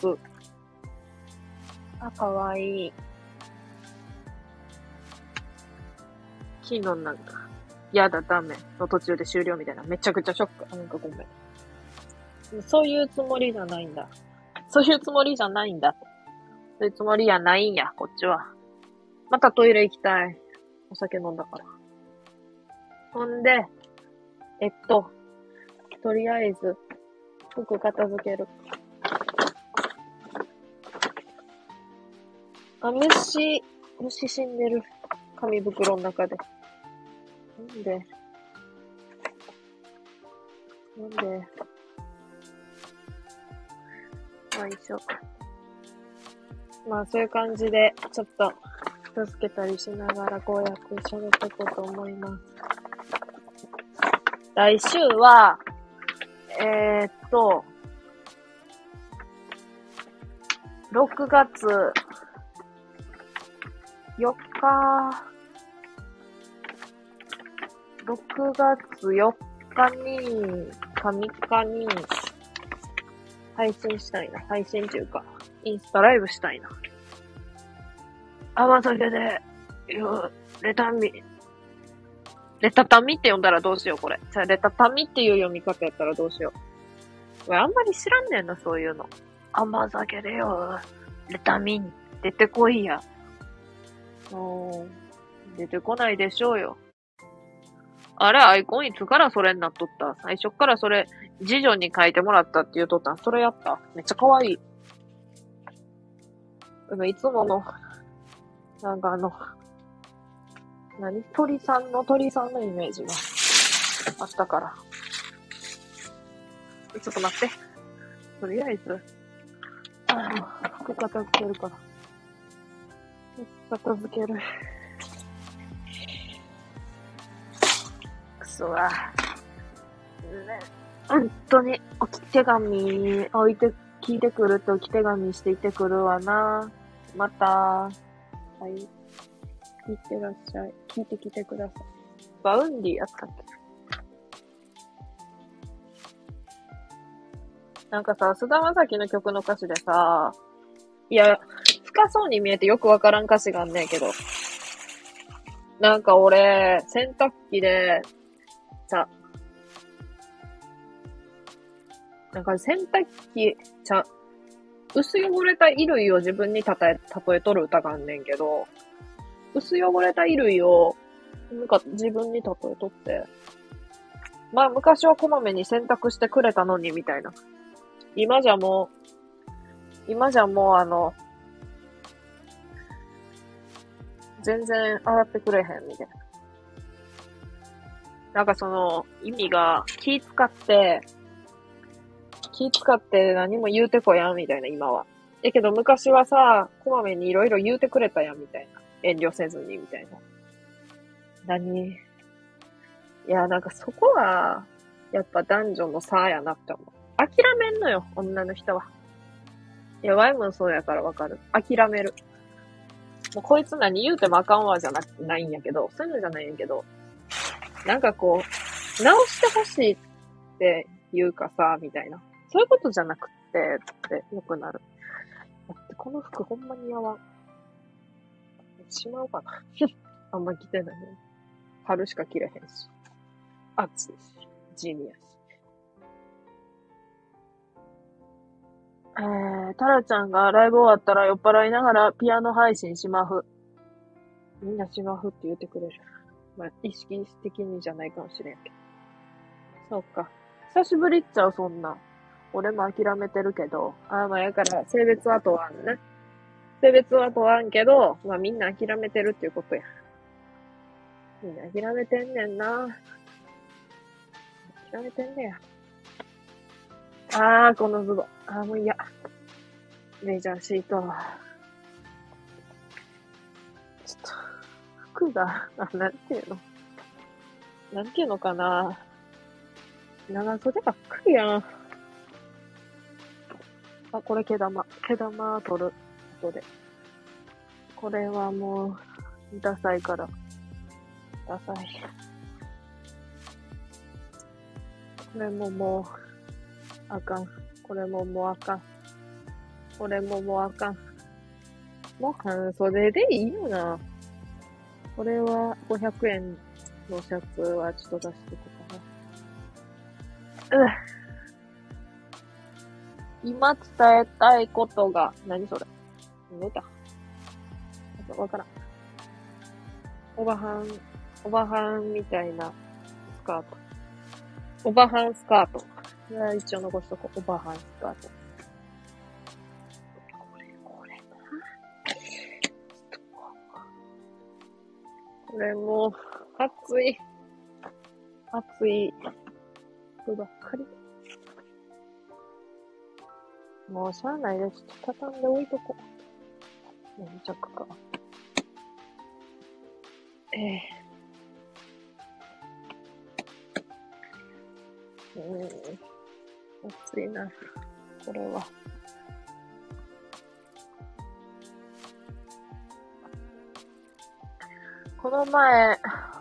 かわいい。昨日なんか、やだ、ダメの途中で終了みたいな。めちゃくちゃショック。なんかごめん。そういうつもりじゃないんだ。そういうつもりやないんや、こっちは。またトイレ行きたい。お酒飲んだから。ほんで、とりあえず、服片付ける。虫死んでる。紙袋の中で。なんで、よいしょ。まあ、そういう感じで、ちょっと、片付けたりしながら、こうやって喋っていこうと思います。来週は、6月4日、6月4日に、3日に、配信したいな。配信っていうか、インスタライブしたいな。甘酒で、レタタミって読んだらどうしよう、これ。レタタミっていう読み方やったらどうしよう。俺あんまり知らんねんな、そういうの。 甘酒でよ。レタミン、出てこいや。出てこないでしょうよ。あれ、アイコンいつからそれになっとった？最初からそれ、次女に書いてもらったって言うとったん？それやった？めっちゃ可愛い。いつもの、なんか鳥さんのイメージがあったから。ちょっと待って。とりあえず、服片付けるから。片付ける。くそわ。ね、本当に、置き手紙置いて、聞いてくると置き手紙していってくるわな。また、はい。聞いてらっしゃい。聞いてきてください。バウンディやったっけ？なんかさ、菅田将暉の曲の歌詞でさ、いや、深そうに見えてよくわからん歌詞があんねんけど、なんか俺、洗濯機で、さ、なんか洗濯機、薄汚れた衣類を自分に例えとる歌があんねんけど、薄汚れた衣類を、なんか自分に例えとって、まあ昔はこまめに洗濯してくれたのに、みたいな。今じゃもう全然洗ってくれへん、みたいな。なんかその、意味が気使って何も言うてこやん、みたいな、今は。やけど昔はさ、こまめにいろいろ言うてくれたやん、みたいな。遠慮せずに、みたいな。いや、なんかそこは、やっぱ男女の差やなって思う。諦めんのよ、女の人は。いや、ワイもそうやからわかる。諦める。もうこいつ何言うてもあかんわじゃないんやけど、そういうのじゃないんやけど、なんかこう、直してほしいっていうかさ、みたいな。そういうことじゃなくってよくなる。だってこの服ほんまに合わん。しまうかな。あんま着てないね。春しか着れへんし。暑いし。地味やし。タラちゃんがライブ終わったら酔っ払いながらピアノ配信しまふ。みんなしまふって言ってくれる。まあ、意識的にじゃないかもしれんけど。そうか。久しぶりっちゃう、そんな。俺も諦めてるけど。まあ、やから、性別は問わんね。性別は問わんけど、まあみんな諦めてるっていうことや。みんな諦めてんねんな。諦めてんねや。このズボン。もう嫌。レジャーシート。ちょっと、服が、なんていうのかな。長袖ばっかりやん。これ毛玉。毛玉取る。後で。これはもう、ダサいから。ダサい。これももう、あかん。これももうあかん。これももうあかん。もう半袖でいいよな。これは500円のシャツはちょっと出していこうかな。今伝えたいことが、何それ？寝た？わからん。おばはんみたいなスカート。おばはんスカート。一応残しとこう。おばはんスカート。これな。これも、暑い服ばっかり。もうしゃあないです。畳んで置いとこう。粘着か。暑いな。これは。この前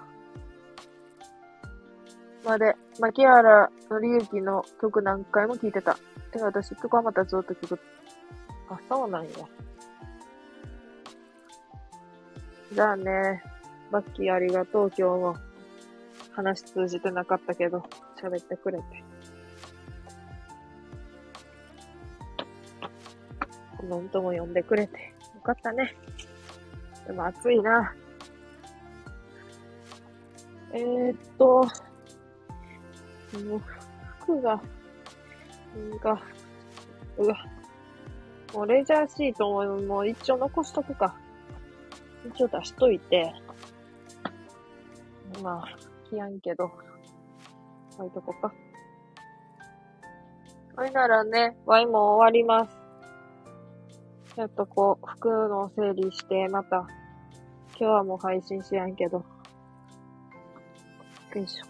まで、牧原紀之の曲何回も聴いてた。てか私、曲はまたずっと聴く。そうなんや。じゃあね、バッキーありがとう、今日も。話通じてなかったけど、喋ってくれて。 コメントも読んでくれて。よかったね。でも暑いな。もう服が、うわ。もうレジャーシートもう一応残しとくか。一応出しといて。まあ、着やんけど。置いとこか。それならね、ワイも終わります。ちょっとこう、服の整理して、また、今日はもう配信しやんけど。よいしょ。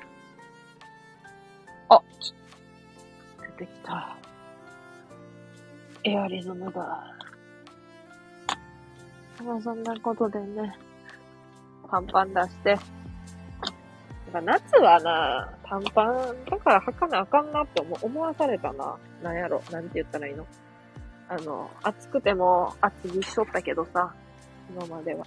あ、出てきた。エアリズムだ。そんなことでね、短パン出して。夏はな、短パンだから履かなあかんなって思わされたな。なんやろ、なんて言ったらいいの。暑くても厚着しとったけどさ、今までは。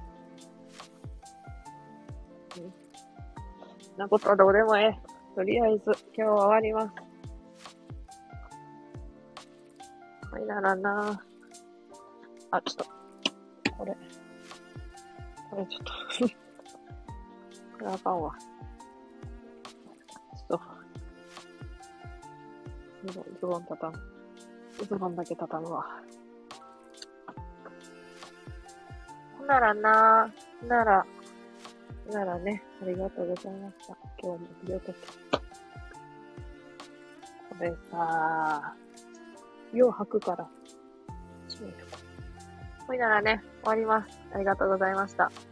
なことはどうでもええ。とりあえず、今日は終わります。ほいならな。あ、ちょっと。これちょっと。これあかんわ。ちょっと。ズボン畳む。ズボンだけ畳むわ。ほならな。ならね、ありがとうございました。今日もひどとき。これさ、よう履くから。ほいならね、終わります。ありがとうございました。